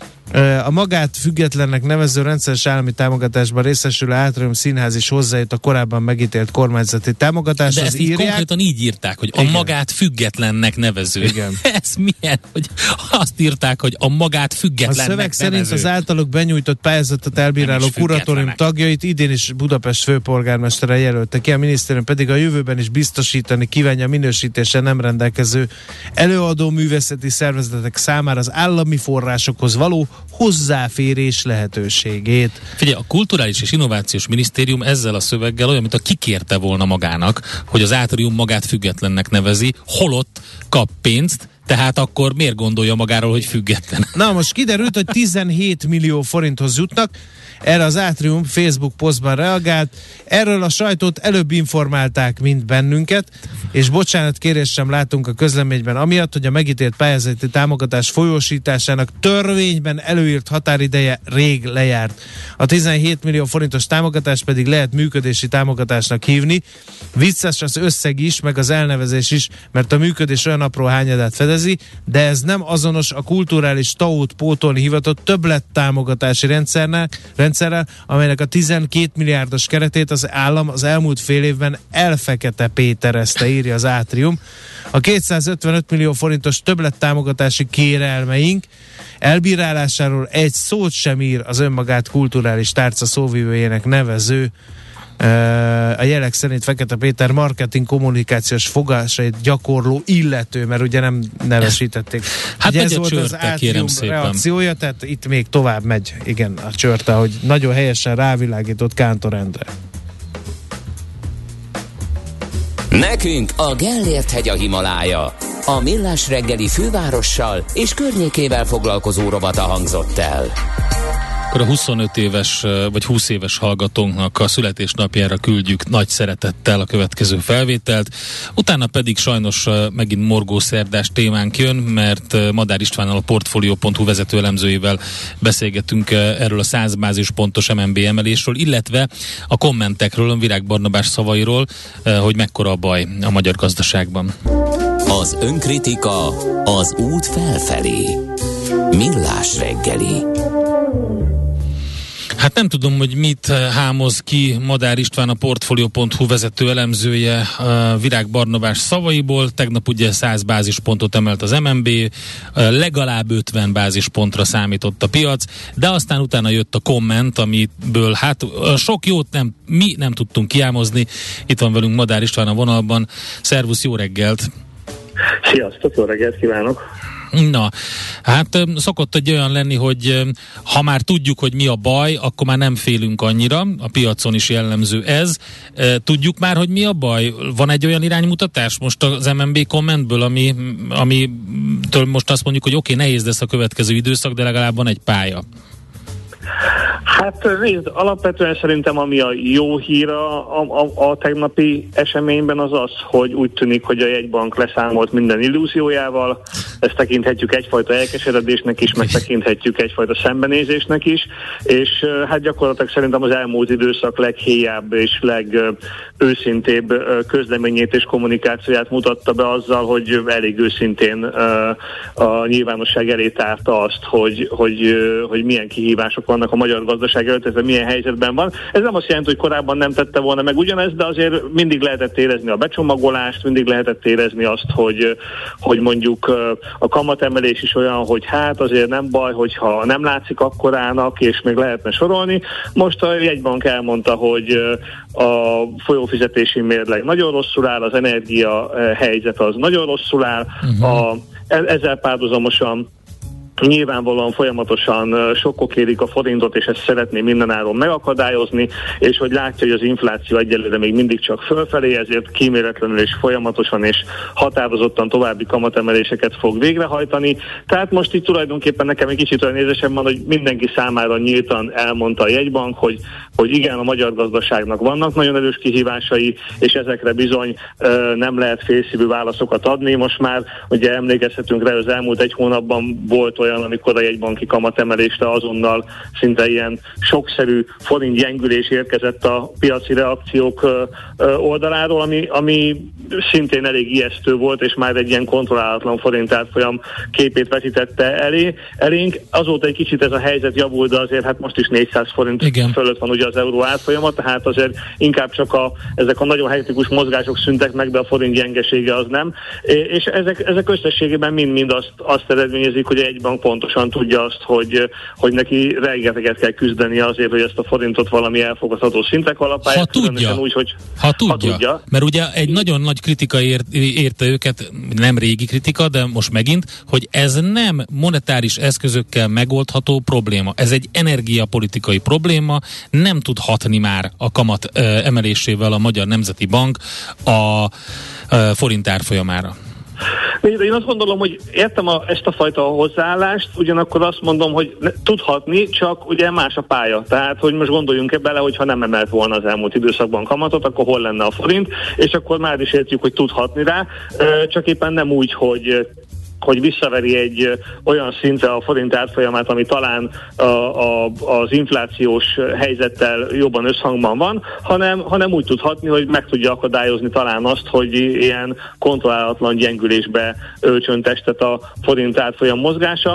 A magát függetlennek nevező rendszeres állami támogatásban részesülő Átrium Színház is hozzájut a korábban megítélt kormányzati támogatáshoz. De ezt így konkrétan így írták, hogy a magát függetlennek nevező. Igen. Ez milyen, hogy azt írták, hogy a magát függetlennek nevező. A szöveg szerint az általuk benyújtott pályázatot elbíráló kuratórium tagjait idén is Budapest főpolgármestere jelölte ki, a minisztérium pedig a jövőben is biztosítani kívánja minősítéssel nem rendelkező előadó művészeti szervezetek számára az állami forrásokhoz való hozzáférés lehetőségét. Figyelj, a Kulturális és Innovációs Minisztérium ezzel a szöveggel olyan, mint a kikérte volna magának, hogy az Átrium magát függetlennek nevezi, holott kap pénzt, tehát akkor miért gondolja magáról, hogy független? Na, most kiderült, hogy 17 millió forinthoz jutnak, erre az Átrium Facebook posztban reagált, erről a sajtót előbb informálták, mint bennünket, és bocsánatkérést sem látunk a közleményben, amiatt, hogy a megítélt pályázati támogatás folyósításának törvényben előírt határideje rég lejárt. A 17 millió forintos támogatás pedig lehet működési támogatásnak hívni. Vicces az összeg is, meg az elnevezés is, mert a működés olyan apró hányadát fedezi, de ez nem azonos a kulturális TAO-t pótolni hivatott többlettámogatási rendszerrel, amelynek a 12 milliárdos keretét az állam az elmúlt fél évben elfekete péterezte, írja az Átrium. A 255 millió forintos többlettámogatási kérelmeink elbírálásáról egy szót sem ír az önmagát kulturális tárca szóvivőjének nevező, a jelek szerint Fekete Péter marketing kommunikációs fogásait gyakorló illető, mert ugye nem nevesítették. Hát ez volt az Átrium reakciója, tehát itt még tovább megy, igen, a csörte, hogy nagyon helyesen rávilágított Kántor Endre. Nekünk a Gellért-hegy a Himalája. A Millás reggeli fővárossal és környékével foglalkozó rovata hangzott el. Akkor a 25 éves vagy 20 éves hallgatónknak a születésnapjára küldjük nagy szeretettel a következő felvételt. Utána pedig sajnos megint morgószerdás témánk jön, mert Madár Istvánnal, a Portfolio.hu vezető elemzőjével beszélgetünk erről a 100 bázispontos MNB emelésről, illetve a kommentekről, a Virág Barnabás szavairól, hogy mekkora a baj a magyar gazdaságban. Az önkritika az út felfelé. Millás reggeli. Hát nem tudom, hogy mit hámoz ki Madár István, a Portfolio.hu vezető elemzője Virág Barnabás szavaiból. Tegnap ugye 100 bázispontot emelt az MNB, legalább 50 bázispontra számított a piac, de aztán utána jött a komment, amiből hát sok jót mi nem tudtunk kiámozni. Itt van velünk Madár István a vonalban. Szervusz, jó reggelt! Sziasztok, jó reggelt kívánok! Na, hát szokott egy olyan lenni, hogy ha már tudjuk, hogy mi a baj, akkor már nem félünk annyira, a piacon is jellemző ez. Tudjuk már, hogy mi a baj? Van egy olyan iránymutatás most az MNB kommentből, amitől most azt mondjuk, hogy oké, nehéz lesz a következő időszak, de legalább van egy pálya. Hát nézd, alapvetően szerintem ami a jó hír a tegnapi eseményben az az, hogy úgy tűnik, hogy a jegybank leszámolt minden illúziójával, ezt tekinthetjük egyfajta elkeseredésnek is, meg tekinthetjük egyfajta szembenézésnek is, és hát gyakorlatilag szerintem az elmúlt időszak leghéjább és legőszintébb közleményét és kommunikációját mutatta be azzal, hogy elég őszintén a nyilvánosság elé tárta azt, hogy milyen kihívások vannak a magyar gazdaság előtt, ez milyen helyzetben van. Ez nem azt jelenti, hogy korábban nem tette volna meg ugyanezt, de azért mindig lehetett érezni a becsomagolást, mindig lehetett érezni azt, hogy mondjuk a kamatemelés is olyan, hogy hát azért nem baj, hogyha nem látszik akkorának, és még lehetne sorolni. Most a jegybank elmondta, hogy a folyófizetési mérleg nagyon rosszul áll, az energia helyzet az nagyon rosszul áll, ezzel párhuzamosan nyilvánvalóan folyamatosan sokkok érik a forintot, és ezt szeretné mindenáron megakadályozni, és hogy látja, hogy az infláció egyelőre még mindig csak fölfelé, ezért kíméletlenül és folyamatosan és határozottan további kamatemeléseket fog végrehajtani. Tehát most itt tulajdonképpen nekem egy kicsit olyan érzésem van, hogy mindenki számára nyíltan elmondta a jegybank, hogy igen, a magyar gazdaságnak vannak nagyon erős kihívásai, és ezekre bizony nem lehet félszívű válaszokat adni. Most már ugye emlékezhetünk rá, az elmúlt egy hónapban volt olyan, amikor a jegybanki kamatemelésre azonnal szinte ilyen sokszerű forint gyengülés érkezett a piaci reakciók oldaláról, ami szintén elég ijesztő volt, és már egy ilyen kontrollálatlan forint árfolyam képét vetítette elénk. Azóta egy kicsit ez a helyzet javult, de azért hát most is 400 forint fölött van ugye az euró árfolyama, tehát azért inkább csak ezek a nagyon hektikus mozgások szüntek meg, de a forint gyengesége az nem. És ezek összességében mind azt eredményezik, hogy egy bank pontosan tudja azt, hogy neki rengeteget kell küzdeni azért, hogy ezt a forintot valami elfogadható szintek alapján. Ha tudja. Mert ugye egy nagyon nagy kritika érte őket, nem régi kritika, de most megint, hogy ez nem monetáris eszközökkel megoldható probléma. Ez egy energiapolitikai probléma, nem tud hatni már a kamat emelésével a Magyar Nemzeti Bank a forint árfolyamára. Én azt gondolom, hogy értem ezt a fajta hozzáállást, ugyanakkor azt mondom, hogy tudhatni, csak ugye más a pálya. Tehát, hogy most gondoljunk bele, hogy ha nem emelt volna az elmúlt időszakban kamatot, akkor hol lenne a forint, és akkor már is értjük, hogy tudhatni rá, csak éppen nem úgy, hogy visszaveri egy olyan szintre a forint árfolyamát, ami talán az inflációs helyzettel jobban összhangban van, hanem úgy tudhatni, hogy meg tudja akadályozni talán azt, hogy ilyen kontrollálatlan gyengülésbe öltsön testet a forint árfolyam mozgása.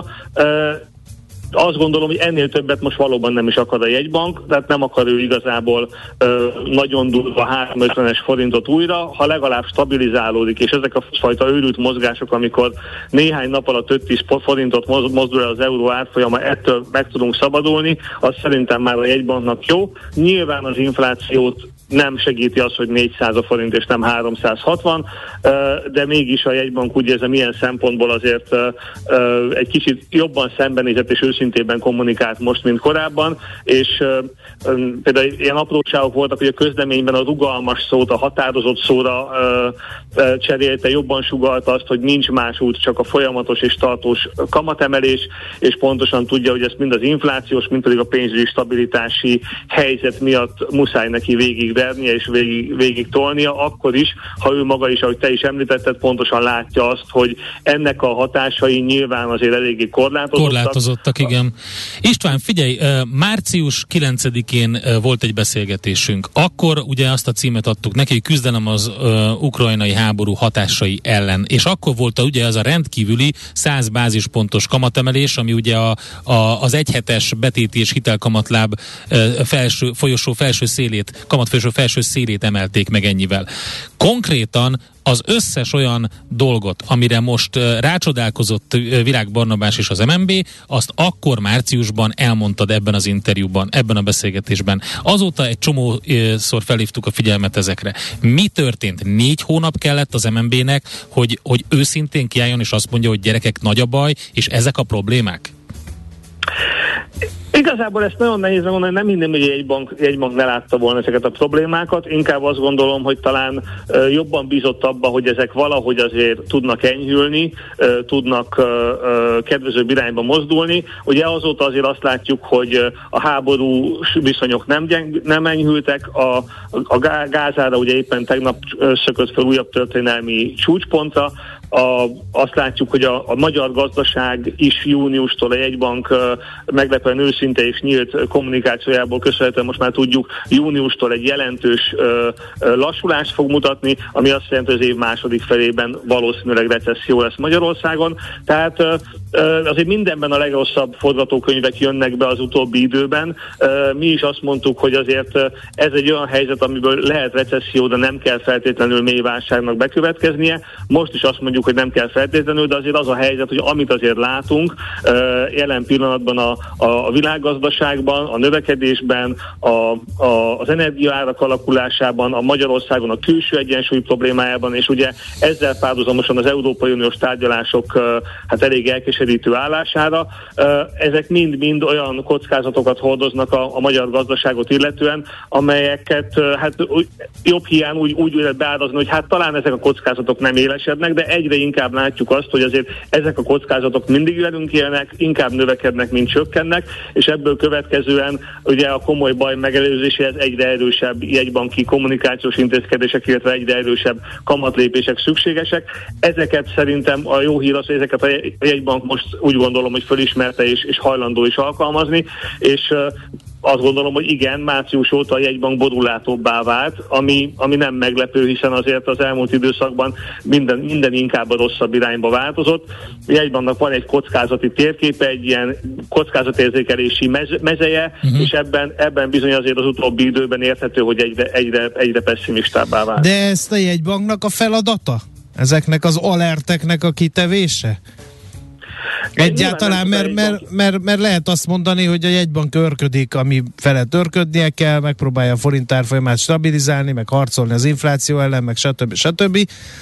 Azt gondolom, hogy ennél többet most valóban nem is akar a jegybank, tehát nem akar ő igazából nagyon durva 350-es forintot újra, ha legalább stabilizálódik, és ezek a fajta őrült mozgások, amikor néhány nap alatt 5-10 forintot mozdul el az euró árfolyama, ettől meg tudunk szabadulni, az szerintem már a jegybanknak jó. Nyilván az inflációt nem segíti az, hogy 400 a forint és nem 360, de mégis a jegybank úgy érzem, milyen szempontból azért egy kicsit jobban szembenézett és őszintében kommunikált most, mint korábban, és például ilyen apróságok voltak, hogy a közleményben a rugalmas szót, a határozott szóra cserélte, jobban sugalt azt, hogy nincs más út, csak a folyamatos és tartós kamatemelés, és pontosan tudja, hogy ezt mind az inflációs, mind pedig a pénzügyi stabilitási helyzet miatt muszáj neki végigvernie és végig tolnia, akkor is, ha ő maga is, ahogy te is említetted, pontosan látja azt, hogy ennek a hatásai nyilván azért eléggé korlátozottak. Igen. István, figyelj, március 9-én volt egy beszélgetésünk. Akkor ugye azt a címet adtuk neki, hogy küzdelem az ukrajnai háború hatásai ellen. És akkor volt ugye az a rendkívüli 100 bázispontos kamatemelés, ami ugye az egyhetes betéti és hitelkamatláb folyosó felső szélét, kamatfolyosó felső szélét emelték meg ennyivel. Konkrétan az összes olyan dolgot, amire most rácsodálkozott Virág Barnabás és az MNB, azt akkor márciusban elmondtad ebben az interjúban, ebben a beszélgetésben. Azóta egy csomószor felhívtuk a figyelmet ezekre. Mi történt? 4 hónap kellett az MNB-nek, hogy őszintén kiálljon és azt mondja, hogy gyerekek, nagy a baj, és ezek a problémák? Igazából ezt nagyon nehéz megmondani, nem hinném, hogy egy bank ne látta volna ezeket a problémákat, inkább azt gondolom, hogy talán jobban bízott abba, hogy ezek valahogy azért tudnak enyhülni, tudnak kedvezőbb irányba mozdulni. Ugye azóta azért azt látjuk, hogy a háborús viszonyok nem enyhültek, a gázára ugye éppen tegnap szökött fel újabb történelmi csúcspontra, azt látjuk, hogy a magyar gazdaság is júniustól a jegybank meglepően őszinte és nyílt kommunikációjából köszönhetően most már tudjuk, júniustól egy jelentős lassulást fog mutatni, ami azt jelenti, hogy az év második felében valószínűleg recesszió lesz Magyarországon. Tehát azért mindenben a legrosszabb forgatókönyvek jönnek be az utóbbi időben. Mi is azt mondtuk, hogy azért ez egy olyan helyzet, amiből lehet recesszió, de nem kell feltétlenül mély válságnak bekövetkeznie. Most is azt mondjuk, hogy nem kell feltétlenül, de azért az a helyzet, hogy amit azért látunk jelen pillanatban a világgazdaságban, a növekedésben, az energiaárak alakulásában, a Magyarországon a külső egyensúly problémájában, és ugye ezzel párhuzamosan az Európai Uniós tárgyalások hát elég elkeserítő kényszerítő állására. Ezek mind-mind olyan kockázatokat hordoznak a magyar gazdaságot illetően, amelyeket hát jobb hiány úgy lehet beárazni, hogy hát talán ezek a kockázatok nem élesednek, de egyre inkább látjuk azt, hogy azért ezek a kockázatok mindig velünk élnek, inkább növekednek, mint csökkennek, és ebből következően ugye a komoly baj megelőzéséhez egyre erősebb jegybanki kommunikációs intézkedések, illetve egyre erősebb kamatlépések szükségesek. Ezeket szerintem a jó hír az, hogy ezeket a jegybank most úgy gondolom, hogy fölismerte és hajlandó is alkalmazni, és azt gondolom, hogy igen, március óta a jegybank borulátóbbá vált, ami nem meglepő, hiszen azért az elmúlt időszakban minden inkább a rosszabb irányba változott. A jegybanknak van egy kockázati térképe, egy ilyen kockázatérzékelési mezeje, és ebben bizony azért az utóbbi időben érthető, hogy egyre pessimistábbá vált. De ezt a jegybanknak a feladata? Ezeknek az alerteknek a kitevése? Egyáltalán, mert lehet azt mondani, hogy a jegybank örködik, ami felett örködnie kell, megpróbálja a forint árfolyamát stabilizálni, meg harcolni az infláció ellen, meg stb.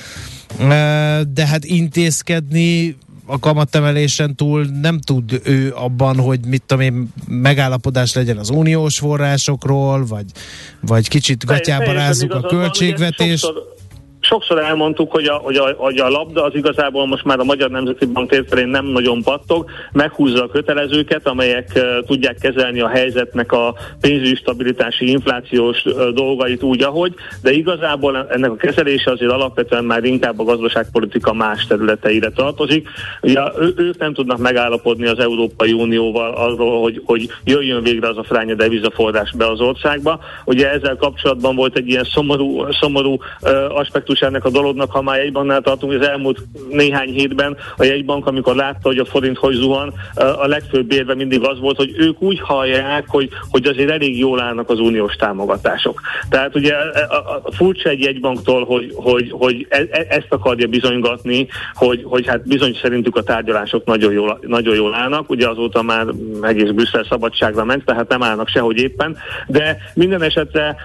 De hát intézkedni a kamatemelésen túl nem tud ő abban, hogy mit tudom én, megállapodás legyen az uniós forrásokról, vagy kicsit gatyába rázzuk a költségvetést. Sokszor elmondtuk, hogy a labda az igazából most már a Magyar Nemzeti Bank térfelén nem nagyon pattog, meghúzza a kötelezőket, amelyek tudják kezelni a helyzetnek a pénzügyi stabilitási inflációs dolgait úgy, ahogy, de igazából ennek a kezelése azért alapvetően már inkább a gazdaságpolitika más területeire tartozik. Ugye ők nem tudnak megállapodni az Európai Unióval arról, hogy jöjjön végre az a fránya devizaforrás be az országba. Ugye ezzel kapcsolatban volt egy ilyen szomorú aspektus ennek a dolognak, ha már jegybanknál tartunk, az elmúlt néhány hétben a jegybank, amikor látta, hogy a forint hogy zuhan, a legfőbb érve mindig az volt, hogy ők úgy hallják, hogy azért elég jól állnak az uniós támogatások. Tehát ugye furcsa egy jegybanktól, hogy ezt akarja bizonygatni, hogy hát bizony szerintük a tárgyalások nagyon jól állnak, ugye azóta már egész Brüsszel szabadságra ment, tehát nem állnak sehogy éppen, de minden esetre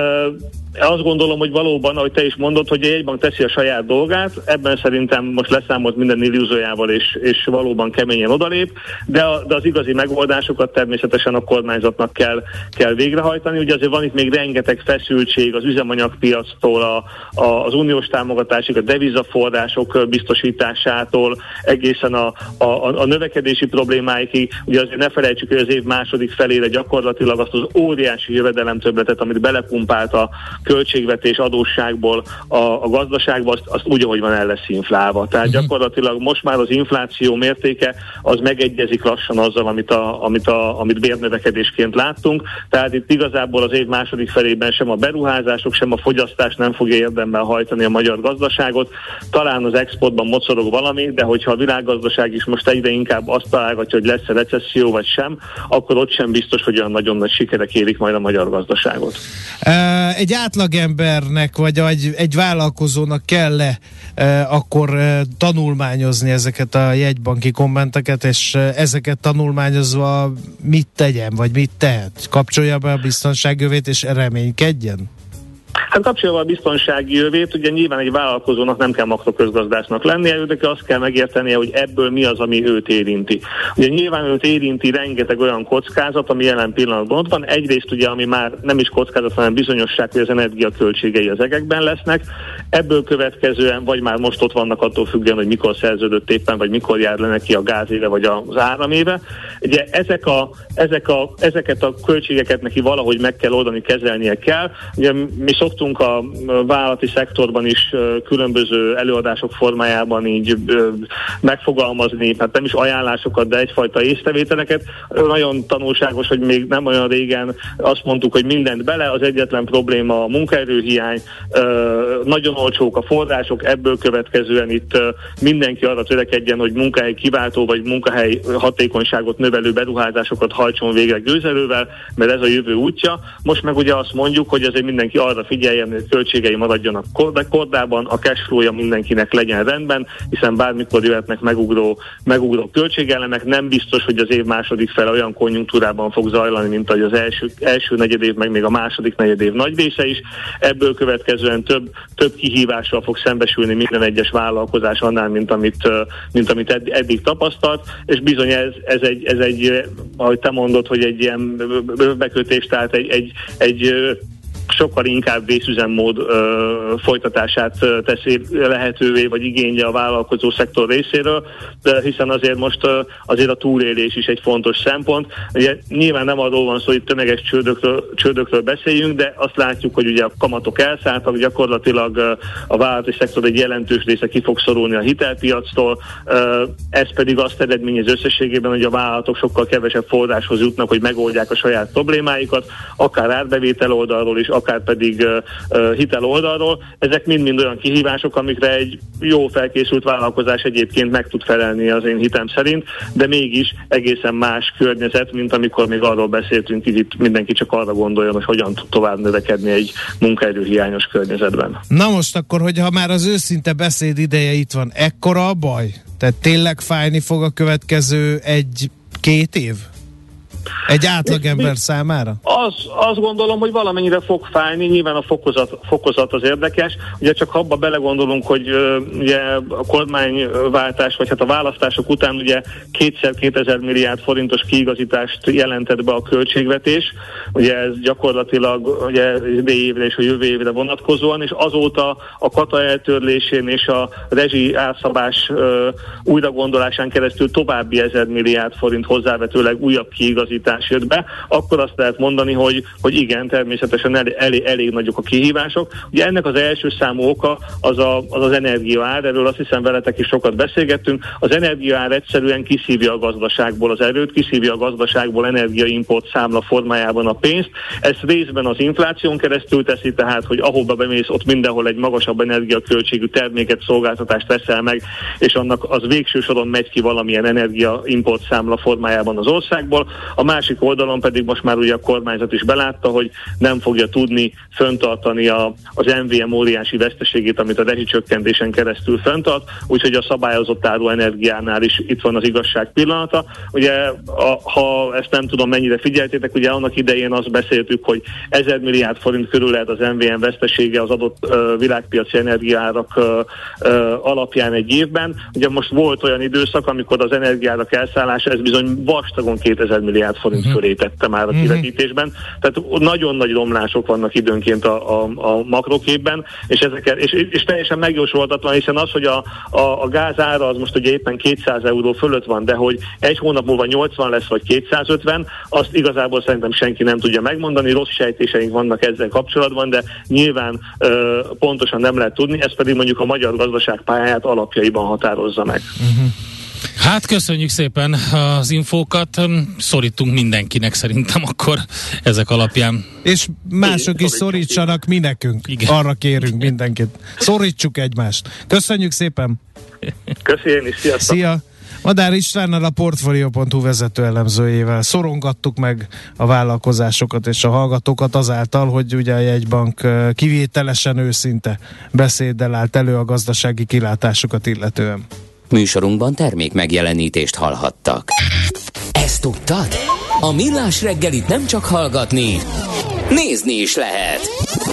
azt gondolom, hogy valóban, ahogy te is mondod, hogy a jegybank teszi a saját dolgát, ebben szerintem most leszámolt minden illúziójával, és valóban keményen odalép, de az igazi megoldásokat természetesen a kormányzatnak kell végrehajtani. Ugye azért van itt még rengeteg feszültség az üzemanyagpiactól, az uniós támogatásig, a devizaforrások biztosításától, egészen a növekedési problémáikig. Ugye azért ne felejtsük, hogy az év második felére gyakorlatilag azt az óriási jövedelemtöbbletet, amit belepumpált a költségvetés adósságból a gazdaságba, azt úgy, ahogy van, el lesz inflálva. Tehát gyakorlatilag most már az infláció mértéke az megegyezik lassan azzal, amit bérnövekedésként láttunk. Tehát itt igazából az év második felében sem a beruházások, sem a fogyasztás nem fogja érdemben hajtani a magyar gazdaságot. Talán az exportban mocorog valami, de hogyha a világgazdaság is most egyre inkább azt találgatja, hogy lesz-e recesszió vagy sem, akkor ott sem biztos, hogy olyan nagyon nagy sikerek érik majd a magyar gazdaságot. Egy átlagembernek, vagy egy vállalkozónak kell-e akkor tanulmányozni ezeket a jegybanki kommenteket, és ezeket tanulmányozva mit tegyen, vagy mit tehet? Kapcsolja be a biztonságjövét, és reménykedjen? Hát kapcsolva a biztonsági jövét, ugye nyilván egy vállalkozónak nem kell makroközgazdásznak lennie, őnek azt kell megértenie, hogy ebből mi az, ami őt érinti. Ugye nyilván őt érinti rengeteg olyan kockázat, ami jelen pillanatban ott van. Egyrészt ugye, ami már nem is kockázat, hanem bizonyosság, hogy az energiaköltségei az egekben lesznek. Ebből következően vagy már most ott vannak attól függően, hogy mikor szerződött éppen, vagy mikor jár le neki a gázéve, vagy az áraméve. Ugye ezeket a költségeket neki valahogy meg kell oldani, kezelnie kell. Ugye mi szoktunk a vállalati szektorban is különböző előadások formájában így megfogalmazni, hát nem is ajánlásokat, de egyfajta észrevételeket. Nagyon tanulságos, hogy még nem olyan régen azt mondtuk, hogy mindent bele, az egyetlen probléma a munkaerőhiány, nagyon olcsók a források, ebből következően itt mindenki arra törekedjen, hogy munkahely kiváltó vagy munkahely hatékonyságot növelő beruházásokat hajtson végre gőzerővel, mert ez a jövő útja. Most meg ugye azt mondjuk, hogy azért mindenki arra figyeljen, figyeljen, hogy költségei maradjanak kordában, a cash flow-ja mindenkinek legyen rendben, hiszen bármikor jöhetnek megugró költségelemek, nem biztos, hogy az év második fele olyan konjunktúrában fog zajlani, mint ahogy az első negyedév, meg még a második negyedév nagy része is. Ebből következően több kihívással fog szembesülni minden egyes vállalkozás annál, mint amit eddig tapasztalt, és bizony ez egy, ahogy te mondod, hogy egy ilyen bekötés, tehát egy sokkal inkább vészüzemmód folytatását teszi lehetővé, vagy igénye a vállalkozó szektor részéről, de hiszen azért most azért a túlélés is egy fontos szempont. Ugye nyilván nem arról van szó, hogy tömeges csődökről beszéljünk, de azt látjuk, hogy ugye a kamatok elszálltak, gyakorlatilag a vállalati szektor egy jelentős része ki fog szorulni a hitelpiactól, ez pedig azt eredményez összességében, hogy a vállalatok sokkal kevesebb forráshoz jutnak, hogy megoldják a saját problémáikat, akár árbevétel oldalról is, akár pedig hitel oldalról. Ezek mind-mind olyan kihívások, amikre egy jó felkészült vállalkozás egyébként meg tud felelni az én hitem szerint, de mégis egészen más környezet, mint amikor még arról beszéltünk, hogy itt mindenki csak arra gondoljon, hogy hogyan tud tovább növekedni egy munkaerőhiányos környezetben. Na most akkor, hogyha már az őszinte beszéd ideje itt van, ekkora a baj? Tehát tényleg fájni fog a következő 1-2 év? Egy átlagember számára? Azt gondolom, hogy valamennyire fog fájni, nyilván a fokozat az érdekes. Ugye csak abba belegondolunk, hogy ugye a kormányváltás, vagy hát a választások után ugye 2000 milliárd forintos kiigazítást jelentett be a költségvetés. Ugye ez gyakorlatilag ugye évre és a jövő évre vonatkozóan, és azóta a kata eltörlésén és a rezsi átszabás újragondolásán keresztül további 1000 milliárd forint hozzávetőleg újabb kiigazítás jött be, akkor azt lehet mondani, hogy igen, természetesen elég nagyok a kihívások. Ugye ennek az első számú oka az energiaár, erről azt hiszem veletek is sokat beszélgettünk. Az energiaár egyszerűen kiszívja a gazdaságból az erőt, kiszívja a gazdaságból energiaimport számla formájában a pénzt. Ez részben az infláción keresztül teszi, tehát, hogy ahova bemész, ott mindenhol egy magasabb energiaköltségű terméket, szolgáltatást veszel meg, és annak az végső soron megy ki valamilyen energiaimport számla formájában az országból. A másik oldalon pedig most már ugye a kormányzat is belátta, hogy nem fogja tudni föntartani az MVM óriási veszteségét, amit a rezsicsökkentésen keresztül föntart, úgyhogy a szabályozott áru energiánál is itt van az igazság pillanata. Ugye, ha ezt nem tudom mennyire figyeltétek, ugye annak idején azt beszéltük, hogy 1000 milliárd forint körül lehet az MVM vesztesége az adott világpiaci energiárak alapján egy évben. Ugye most volt olyan időszak, amikor az energiárak elszállása, ez bizony vastagon 2000 milliárd forint fölé tette már a kivetítésben. Tehát nagyon nagy romlások vannak időnként a makroképben, és teljesen megjósolhatatlan, hiszen az, hogy a gáz ára az most ugye éppen 200 euró fölött van, de hogy egy hónap múlva 80 lesz, vagy 250, azt igazából szerintem senki nem tudja megmondani, rossz sejtéseink vannak ezzel kapcsolatban, de nyilván pontosan nem lehet tudni, ez pedig mondjuk a magyar gazdaság pályáját alapjaiban határozza meg. Hát köszönjük szépen az infókat, szorítunk mindenkinek szerintem akkor ezek alapján. És mások is szorítsanak, mi nekünk. Igen. Arra kérünk mindenkit. Szorítsuk egymást. Köszönjük szépen! Köszönjük is, sziasztok! Szia! Madár Istvánnal, a Portfolio.hu vezető elemzőjével szorongattuk meg a vállalkozásokat és a hallgatókat azáltal, hogy ugye a jegybank kivételesen őszinte beszéddel állt elő a gazdasági kilátásokat illetően. Műsorunkban termék megjelenítést hallhattak. Ezt tudtad? A Millás reggelit nem csak hallgatni, nézni is lehet.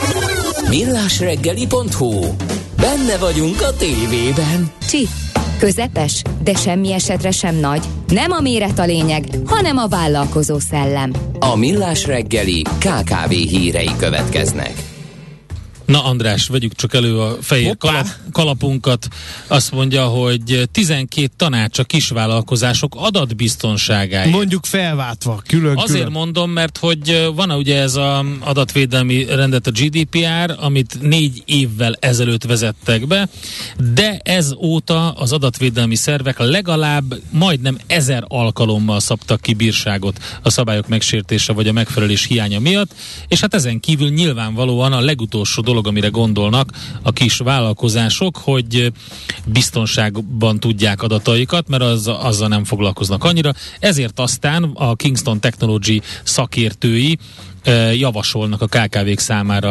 millásreggeli.hu. Benne vagyunk a tévében. Közepes, de semmi esetre sem nagy. Nem a méret a lényeg, hanem a vállalkozó szellem. A Millás reggeli KKV hírei következnek. Na András, vegyük csak elő a fehér kalapunkat. Azt mondja, hogy 12 tanács a kisvállalkozások adatbiztonságáért. Mondjuk felváltva, külön. Azért mondom, mert hogy van ugye ez az adatvédelmi rendet, a GDPR, amit 4 évvel ezelőtt vezettek be, de ezóta az adatvédelmi szervek legalább majdnem 1000 alkalommal szabtak ki bírságot a szabályok megsértése vagy a megfelelés hiánya miatt, és hát ezen kívül nyilvánvalóan a legutolsó dolog, amire gondolnak a kis vállalkozások, hogy biztonságban tudják adataikat, mert azzal nem foglalkoznak annyira. Ezért aztán a Kingston Technology szakértői javasolnak a KKV-k számára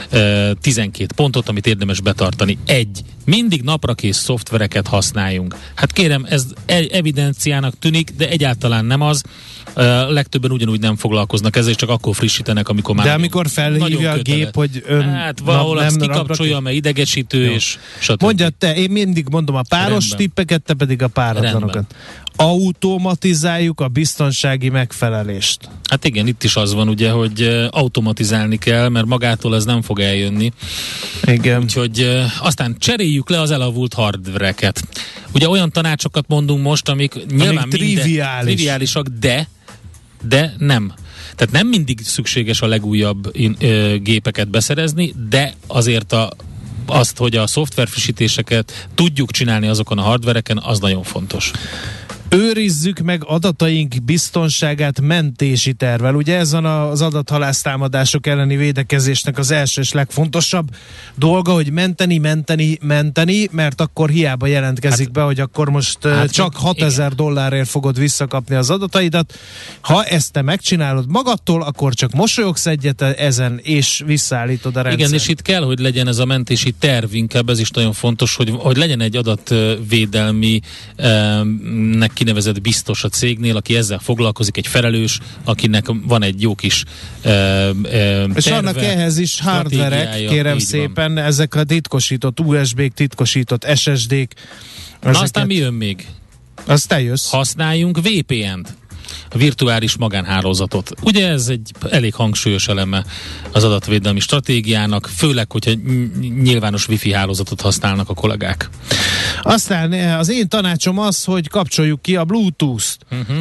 12 pontot, amit érdemes betartani. 1. Mindig naprakész szoftvereket használjunk. Hát kérem, ez evidenciának tűnik, de egyáltalán nem az. Legtöbben ugyanúgy nem foglalkoznak ezzel, és csak akkor frissítenek, amikor már... De amikor felhívja a gép, hogy hát valahol azt kikapcsolja, mert idegesítő, és stb. Mondja te, én mindig mondom a páros tippeket, te pedig a páratlanokat. Automatizáljuk a biztonsági megfelelést. Hát igen, itt is az van ugye, hogy automatizálni kell, mert magától ez nem fog eljönni. Igen. Úgyhogy aztán cseréljük le az elavult hardvereket. Ugye olyan tanácsokat mondunk most, amik nyilván triviálisak, de nem. Tehát nem mindig szükséges a legújabb gépeket beszerezni, de azért azt, hogy a szoftverfrissítéseket tudjuk csinálni azokon a hardvereken, az nagyon fontos. Őrizzük meg adataink biztonságát mentési tervvel. Ugye ez van az adathalásztámadások elleni védekezésnek az első és legfontosabb dolga, hogy menteni, mert akkor hiába jelentkezik be, hogy akkor most csak $6,000 fogod visszakapni az adataidat. Ha ezt te megcsinálod magadtól, akkor csak mosolyogsz egyet ezen, és visszaállítod a rendszert. Igen, és itt kell, hogy legyen ez a mentési terv, inkább ez is nagyon fontos, hogy legyen egy adatvédelmi kinevezett biztos a cégnél, aki ezzel foglalkozik, egy felelős, akinek van egy jó kis terve. És annak ehhez is hardverek, kérem szépen, van. Ezek a titkosított USB-k, titkosított SSD-k. Na aztán mi jön még? Az te jössz. Használjunk VPN-t. A virtuális magánhálózatot. Ugye ez egy elég hangsúlyos eleme az adatvédelmi stratégiának, főleg, hogyha nyilvános wifi hálózatot használnak a kollégák. Aztán az én tanácsom az, hogy kapcsoljuk ki a Bluetooth-t.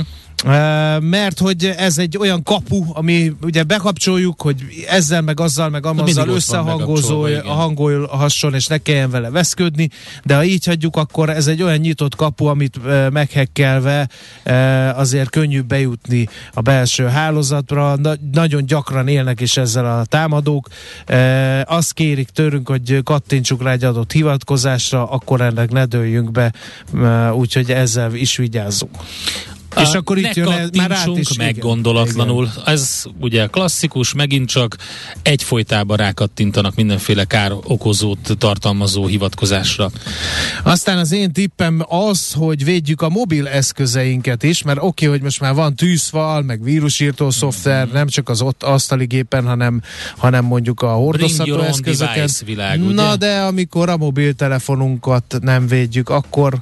Mert hogy ez egy olyan kapu, ami ugye bekapcsoljuk, hogy ezzel meg azzal meg amazzal összehangolhasson, és ne kelljen vele veszködni, de ha így hagyjuk, akkor ez egy olyan nyitott kapu, amit meghekkelve azért könnyű bejutni a belső hálózatra. Nagyon gyakran élnek is ezzel a támadók. Azt kérik tőlünk, hogy kattintsuk rá egy adott hivatkozásra, akkor ennek ne dőljünk be, úgyhogy ezzel is vigyázzunk. És akkor itt jön, már át is meggondolatlanul. Igen. Ez ugye klasszikus, megint csak egyfolytában rákattintanak mindenféle károkozót tartalmazó hivatkozásra. Aztán az én tippem az, hogy védjük a mobil eszközeinket is, mert oké, hogy most már van tűzfal, meg vírusírtó szoftver, nem csak az ott asztali gépen, hanem mondjuk a hordozható eszközöket. Világ, na de amikor a mobiltelefonunkat nem védjük, akkor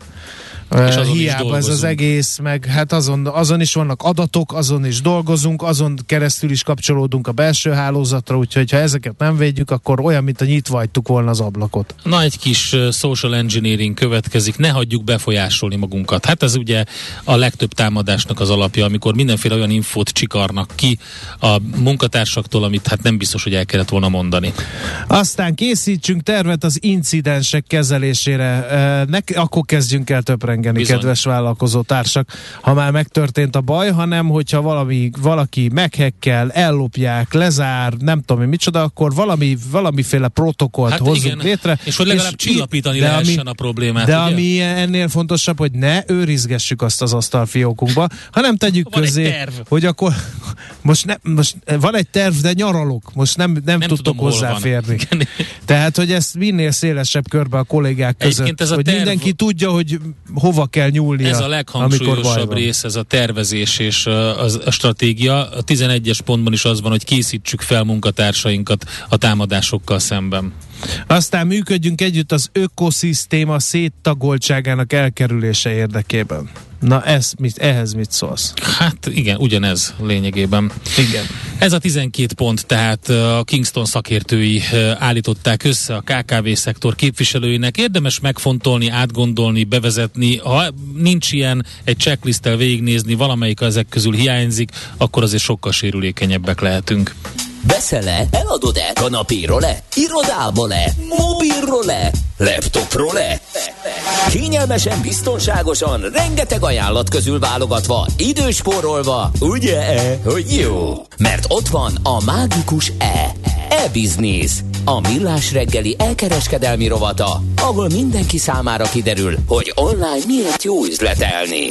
hiába ez az egész, meg hát azon is vannak adatok, azon is dolgozunk, azon keresztül is kapcsolódunk a belső hálózatra, úgyhogy ha ezeket nem védjük, akkor olyan, mint a nyitva hagytuk volna az ablakot. Na, egy kis social engineering következik, ne hagyjuk befolyásolni magunkat. Hát ez ugye a legtöbb támadásnak az alapja, amikor mindenféle olyan infót csikarnak ki a munkatársaktól, amit hát nem biztos, hogy el kellett volna mondani. Aztán készítsünk tervet az incidensek kezelésére. Akkor kezdjünk el töprengeni, kedves vállalkozó társak, ha már megtörtént a baj, hanem hogyha valaki meghekkel, ellopják, lezár, nem tudom én micsoda, akkor valamiféle protokollt hozzunk létre. És hogy legalább csillapítani lehessen a problémát. De ugye? Ami ennél fontosabb, hogy ne őrizgessük azt az asztalfiókunkba, hanem tegyük közé, hogy akkor most van egy terv, de nyaralok, most nem tudtok hozzáférni. Tehát, hogy ezt minél szélesebb körbe a kollégák között, hogy mindenki tudja, hogy hova kell nyúlnia. Ez a leghangsúlyosabb rész, ez a tervezés és a stratégia. A 11-es pontban is az van, hogy készítsük fel munkatársainkat a támadásokkal szemben. Aztán működjünk együtt az ökoszisztéma széttagoltságának elkerülése érdekében. Na ehhez mit szólsz? Hát igen, ugyanez lényegében. Igen. Ez a 12 pont, tehát a Kingston szakértői állították össze a KKV-szektor képviselőinek. Érdemes megfontolni, átgondolni, bevezetni. Ha nincs ilyen, egy checklisttel végignézni, valamelyik ezek közül hiányzik, akkor azért sokkal sérülékenyebbek lehetünk. Veszel-e? Eladod-e? Kanapéról-e? Irodából-e? Mobilról-e? Laptopról-e? Kényelmesen, biztonságosan, rengeteg ajánlat közül válogatva, időspórolva, ugye-e, hogy jó? Mert ott van a mágikus e-business, a Millás reggeli elkereskedelmi rovata, ahol mindenki számára kiderül, hogy online miért jó üzletelni.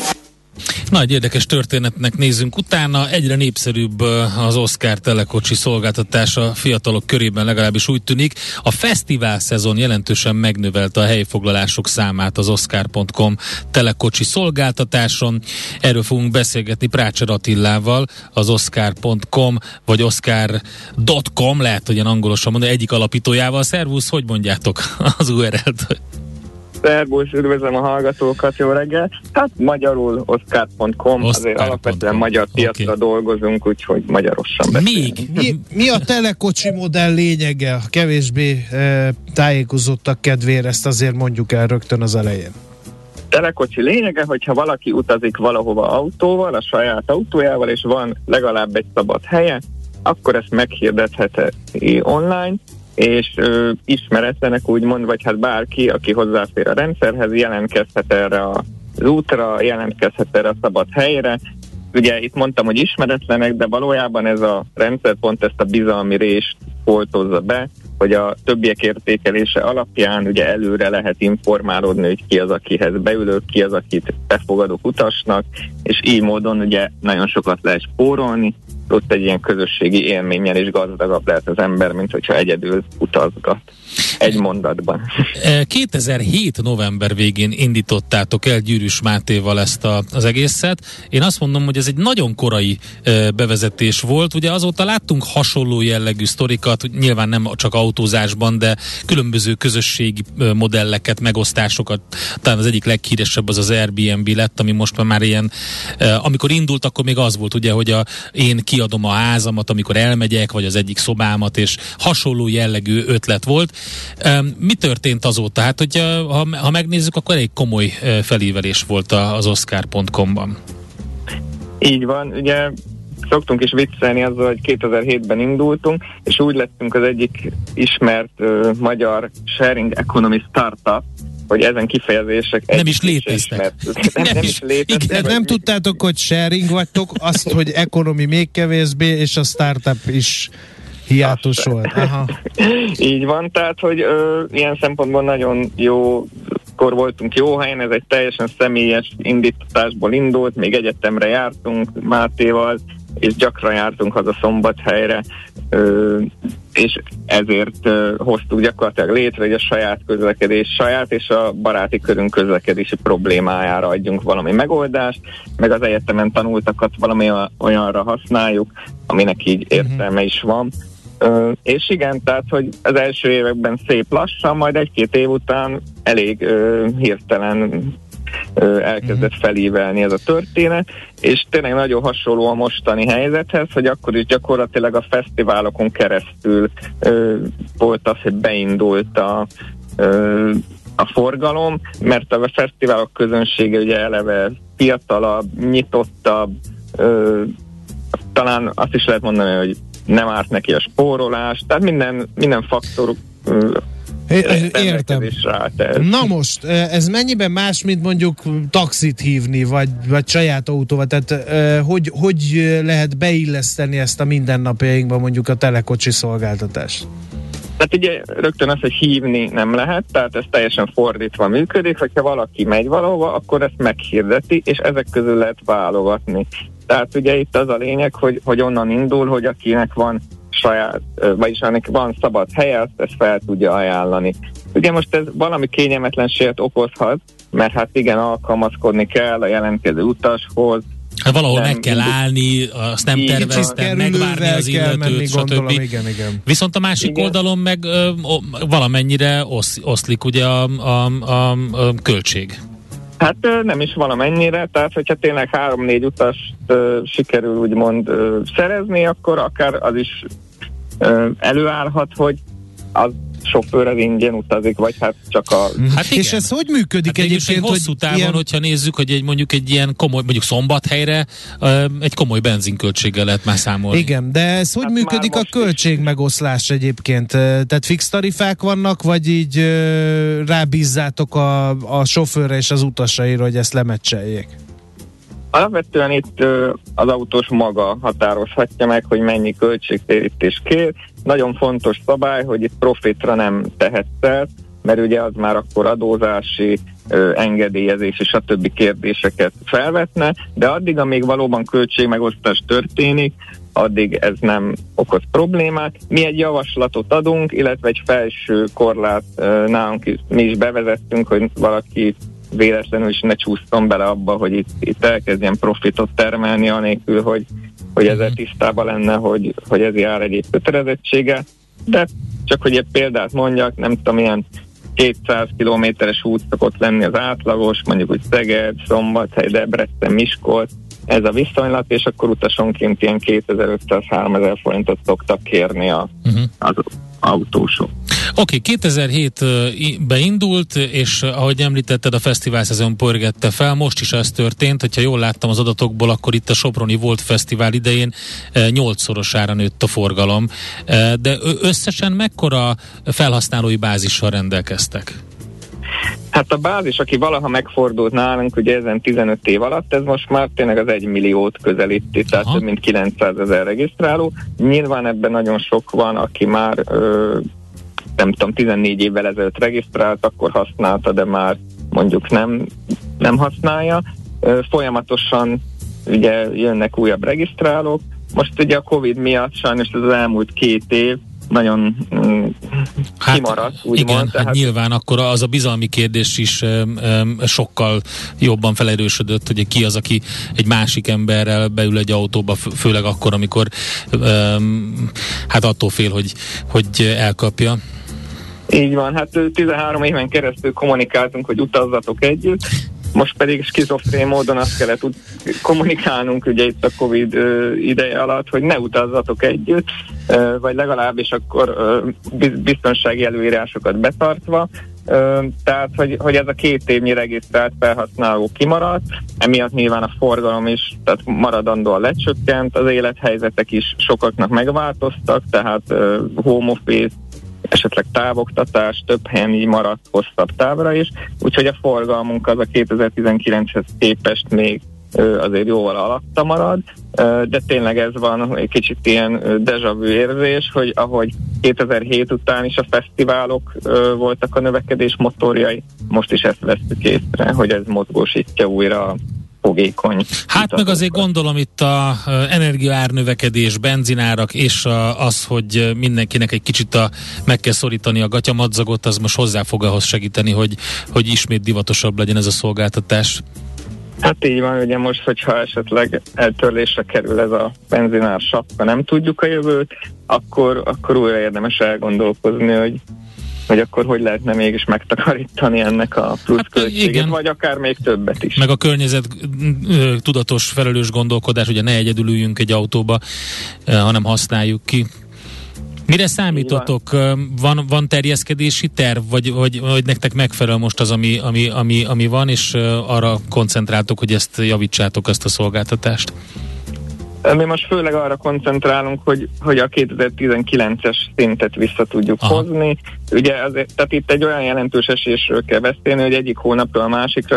Na, egy érdekes történetnek nézzünk utána. Egyre népszerűbb az Oscar telekocsi szolgáltatása fiatalok körében, legalábbis úgy tűnik. A fesztivál szezon jelentősen megnövelte a helyfoglalások számát az Oscar.com telekocsi szolgáltatáson. Erről fogunk beszélgetni Prácser Attillával, az Oscar.com vagy Oscar.com, lehet, hogy ilyen angolosan mondani, egyik alapítójával. Szervusz, hogy mondjátok az URL-t? Szervusz, üdvözlöm a hallgatókat, jó reggel! Hát magyarul Oscar.com, azért alapvetően magyar piacra dolgozunk, úgyhogy magyarosan beszélünk. Mi a telekocsi modell lényege? Kevésbé tájékozottak kedvére, ezt azért mondjuk el rögtön az elején. Telekocsi lényege, hogyha valaki utazik valahova autóval, a saját autójával, és van legalább egy szabad helye, akkor ezt meghirdetheti online, és ismeretlenek úgymond, vagy hát bárki, aki hozzáfér a rendszerhez, jelentkezhet erre az útra, jelentkezhet erre a szabad helyre. Ugye itt mondtam, hogy ismeretlenek, de valójában ez a rendszer pont ezt a bizalmi rést foltozza be, hogy a többiek értékelése alapján ugye előre lehet informálódni, hogy ki az, akihez beülök, ki az, akit befogadok utasnak, és így módon ugye nagyon sokat lehet spórolni, ott egy ilyen közösségi élménnyel is gazdagabb lehet az ember, mint hogyha egyedül utazgat. Egy mondatban. 2007 november végén indítottátok el Gyűrűs Mátéval ezt az egészet. Én azt mondom, hogy ez egy nagyon korai bevezetés volt. Ugye azóta láttunk hasonló jellegű sztorikat, nyilván nem csak autózásban, de különböző közösségi modelleket, megosztásokat. Talán az egyik leghíresebb az Airbnb lett, ami most már ilyen, amikor indult, akkor még az volt, ugye, hogy én kiadom a házamat, amikor elmegyek, vagy az egyik szobámat, és hasonló jellegű ötlet volt. Mi történt azóta? Hát, hogyha ha megnézzük, akkor elég komoly felívelés volt az Oscar.com-ban. Így van, ugye szoktunk is viccelni azzal, hogy 2007-ben indultunk, és úgy lettünk az egyik ismert magyar sharing economy startup, hogy ezen kifejezések nem is léteztek. Nem is léteztek. Nem tudtátok, hogy sharing vagytok, azt, hogy economy még kevésbé, és a startup is hiátus volt. Aha. Így van, tehát, hogy ilyen szempontból nagyon jókor voltunk jó helyen, ez egy teljesen személyes indításból indult, még egyetemre jártunk Mátéval, és gyakran jártunk haza Szombathelyre, és ezért hoztuk gyakorlatilag létre, hogy a saját és a baráti körünk közlekedési problémájára adjunk valami megoldást, meg az egyetemen tanultakat valami olyanra használjuk, aminek így értelme is van. És igen, tehát, hogy az első években szép lassan, majd egy-két év után elég hirtelen elkezdett felívelni ez a történet, és tényleg nagyon hasonló a mostani helyzethez, hogy akkor is gyakorlatilag a fesztiválokon keresztül volt az, hogy beindult a forgalom, mert a fesztiválok közönsége ugye eleve fiatalabb, nyitottabb, talán azt is lehet mondani, hogy nem árt neki a spórolás, tehát minden faktor értem. Na most, ez mennyiben más, mint mondjuk taxit hívni, vagy saját autóval? Tehát hogy lehet beilleszteni ezt a mindennapjainkban mondjuk a telekocsi szolgáltatást? Tehát ugye rögtön az, hogy hívni nem lehet, tehát ez teljesen fordítva működik, hogyha valaki megy valahova, akkor ezt meghirdeti, és ezek közül lehet válogatni. Tehát ugye itt az a lényeg, hogy onnan indul, hogy akinek van saját, vagyis annak van szabad helye, ezt fel tudja ajánlani. Ugye most ez valami kényelmetlenséget okozhat, mert hát igen, alkalmazkodni kell a jelentkező utashoz. Hát valahol meg kell állni, azt nem terveztem, megvárni az illetőt, stb. Igen. Viszont a másik oldalon meg valamennyire oszlik ugye a költség. Hát nem is valamennyire, tehát hogyha tényleg 3-4 utast sikerül úgymond szerezni, akkor akár az is előállhat, hogy az sofőr az ingyen utazik, vagy hát csak a... Hát igen. És ez hogy működik hát egyébként? Egy hosszú távon, ilyen... hogyha nézzük, hogy mondjuk egy ilyen komoly, mondjuk Szombathelyre egy komoly benzinköltséggel lehet már számolni. Igen, de ez hogy működik a költségmegoszlás egyébként? Tehát fix tarifák vannak, vagy így rábízzátok a sofőrre és az utasaira, hogy ezt lemecseljék? Alapvetően itt az autós maga határozhatja meg, hogy mennyi költségtérítés kér. Nagyon fontos szabály, hogy itt profitra nem tehetsz el, mert ugye az már akkor adózási, engedélyezés és a többi kérdéseket felvetne, de addig, amíg valóban költségmegosztás történik, addig ez nem okoz problémát. Mi egy javaslatot adunk, illetve egy felső korlát nálunk mi is bevezettünk, hogy valaki véletlenül is ne csúszson bele abba, hogy itt elkezdjen profitot termelni, anélkül, hogy ezzel tisztában lenne, hogy ez jár egyéb kötelezettsége. De csak hogy egy példát mondjak, nem tudom, ilyen 200 kilométeres út szokott lenni az átlagos, mondjuk úgy Szeged, Szombathely, Debrecen, Miskolc, ez a viszonylat, és akkor utasonként ilyen 2500-3000 forintot szoktak kérni az autósok. Oké, 2007-ben indult, és ahogy említetted, a fesztivál szezon pörgette fel, most is ez történt, hogyha jól láttam az adatokból, akkor itt a soproni Volt Fesztivál idején 8-szorosára nőtt a forgalom, de összesen mekkora felhasználói bázissal rendelkeztek? Hát a bázis, aki valaha megfordult nálunk, ugye ezen 15 év alatt, ez most már tényleg az 1 milliót közelíti, tehát több mint 900 000 regisztráló. Nyilván ebben nagyon sok van, aki már nem tudom, 14 évvel ezelőtt regisztrált, akkor használta, de már mondjuk nem használja. Folyamatosan ugye jönnek újabb regisztrálók. Most ugye a Covid miatt sajnos ez az elmúlt 2 év nagyon kimaradt, úgymond. Igen, hát nyilván akkor az a bizalmi kérdés is sokkal jobban felerősödött, hogy ki az, aki egy másik emberrel beül egy autóba, főleg akkor, amikor hát attól fél, hogy elkapja. Így van, hát 13 éven keresztül kommunikáltunk, hogy utazzatok együtt, most pedig skizofrén módon azt kellett kommunikálnunk ugye itt a Covid ideje alatt, hogy ne utazzatok együtt, vagy legalábbis akkor biztonsági előírásokat betartva. Tehát, hogy ez a 2 évnyi regisztrált felhasználó kimaradt, emiatt nyilván a forgalom is, tehát maradandóan lecsökkent, az élethelyzetek is sokaknak megváltoztak, tehát home office, esetleg távoktatás, több helyen így maradt hosszabb távra is, úgyhogy a forgalmunk az a 2019-hez képest még azért jóval alatta marad, de tényleg ez van egy kicsit ilyen déjà vu érzés, hogy ahogy 2007 után is a fesztiválok voltak a növekedés motorjai, most is ezt vesztük észre, hogy ez mozgósítja újra a fogékony. Hát meg azért gondolom itt a energiaárnövekedés, benzinárak és az, hogy mindenkinek egy kicsit meg kell szorítani a gatyamadzagot, az most hozzá fog ahhoz segíteni, hogy ismét divatosabb legyen ez a szolgáltatás. Hát így van, ugye most, hogyha esetleg eltörlésre kerül ez a benzinár sapka, nem tudjuk a jövőt, akkor újra érdemes elgondolkozni, hogy akkor hogy lehetne mégis megtakarítani ennek a pluszköltséget, vagy akár még többet is. Meg a környezet tudatos, felelős gondolkodás, ugye ne egyedül üljünk egy autóba, hanem használjuk ki. Mire számítotok? Van terjeszkedési terv, vagy nektek megfelel most az, ami van, és arra koncentráltok, hogy ezt javítsátok, ezt a szolgáltatást? Mi most főleg arra koncentrálunk, hogy a 2019-es szintet vissza tudjuk hozni. Ugye azért, tehát itt egy olyan jelentős esésről kell beszélni, hogy egyik hónapról a másikra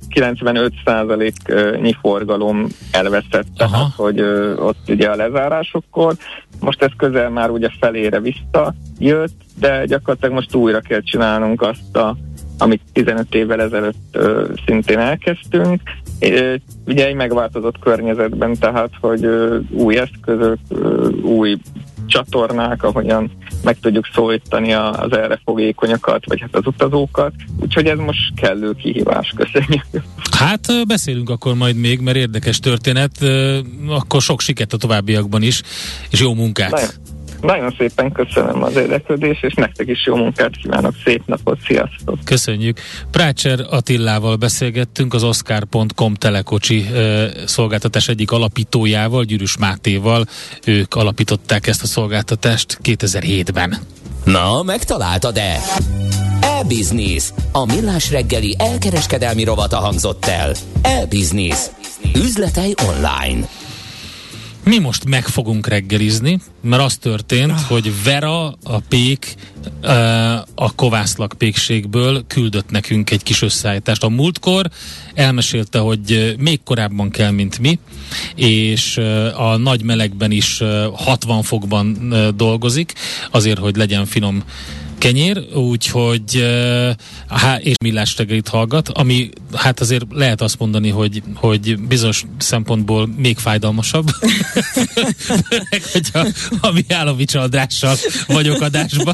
95%-nyi forgalom elveszett, tehát hogy ott ugye a lezárásokkor. Most ez közel már ugye felére visszajött, de gyakorlatilag most újra kell csinálnunk azt, amit 15 évvel ezelőtt szintén elkezdtünk. Ugye egy megváltozott környezetben, tehát, hogy új eszközök, új csatornák, ahogyan meg tudjuk szólítani az erre fogékonyakat, vagy hát az utazókat. Úgyhogy ez most kellő kihívás, köszönjük. Hát beszélünk akkor majd még, mert érdekes történet. Akkor sok sikert a továbbiakban is, és jó munkát! Nagyon szépen köszönöm az érdeklődést, és nektek is jó munkát kívánok, szép napot, sziasztok! Köszönjük! Prácser Attilával beszélgettünk, az Oscar.com telekocsi szolgáltatás egyik alapítójával, Gyürüs Mátéval. Ők alapították ezt a szolgáltatást 2007-ben. Na, megtaláltad-e? E-Business, a millás reggeli elkereskedelmi rovata hangzott el. E-Business. Üzletei online. Mi most meg fogunk reggelizni, mert az történt, hogy Vera, a pék, a Kovászlak pékségből küldött nekünk egy kis összeállítást. A múltkor elmesélte, hogy még korábban kell, mint mi, és a nagy melegben is 60 fokban dolgozik, azért, hogy legyen finom kenyér, úgyhogy és Millás reggelit hallgat, ami hát azért lehet azt mondani, hogy bizonyos szempontból még fájdalmasabb. Hogyha a Mihálovics Andrással vagyok adásban.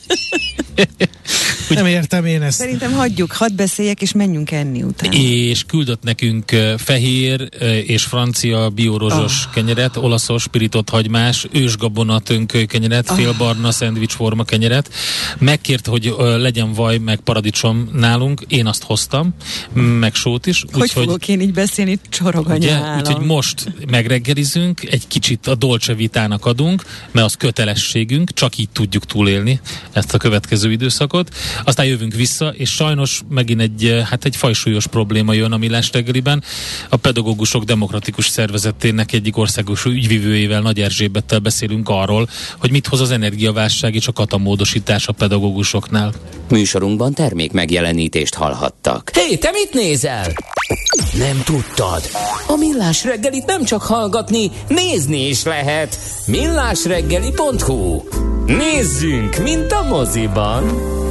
Nem értem én ezt. Szerintem hagyjuk, hadd beszéljek, és menjünk enni utána. És küldött nekünk fehér és francia biórozsos kenyeret, olaszos, pirított hagymás, ősgabona tönköly kenyeret, félbarna szendvics forma kenyeret. Megkért, hogy legyen vaj, meg paradicsom nálunk. Én azt hoztam, meg sót is. Hogy fogok én így beszélni, csorog a nyálam. Úgyhogy most megreggelizünk, egy kicsit a Dolce Vitának adunk, mert az kötelességünk, csak így tudjuk túlélni ezt a következő időszakot. Aztán jövünk vissza, és sajnos megint egy fajsúlyos probléma jön a Millás reggeliben. A Pedagógusok Demokratikus Szervezetének egyik országos ügyvivőjével, Nagy Erzsébettel beszélünk arról, hogy mit hoz az energiaválság és a katamódosítás a pedagógusoknál. Műsorunkban termék megjelenítést hallhattak. Hé, te mit nézel? Nem tudtad? A Millás reggelit nem csak hallgatni, nézni is lehet. millásreggeli.hu. Nézzünk, mint a moziban.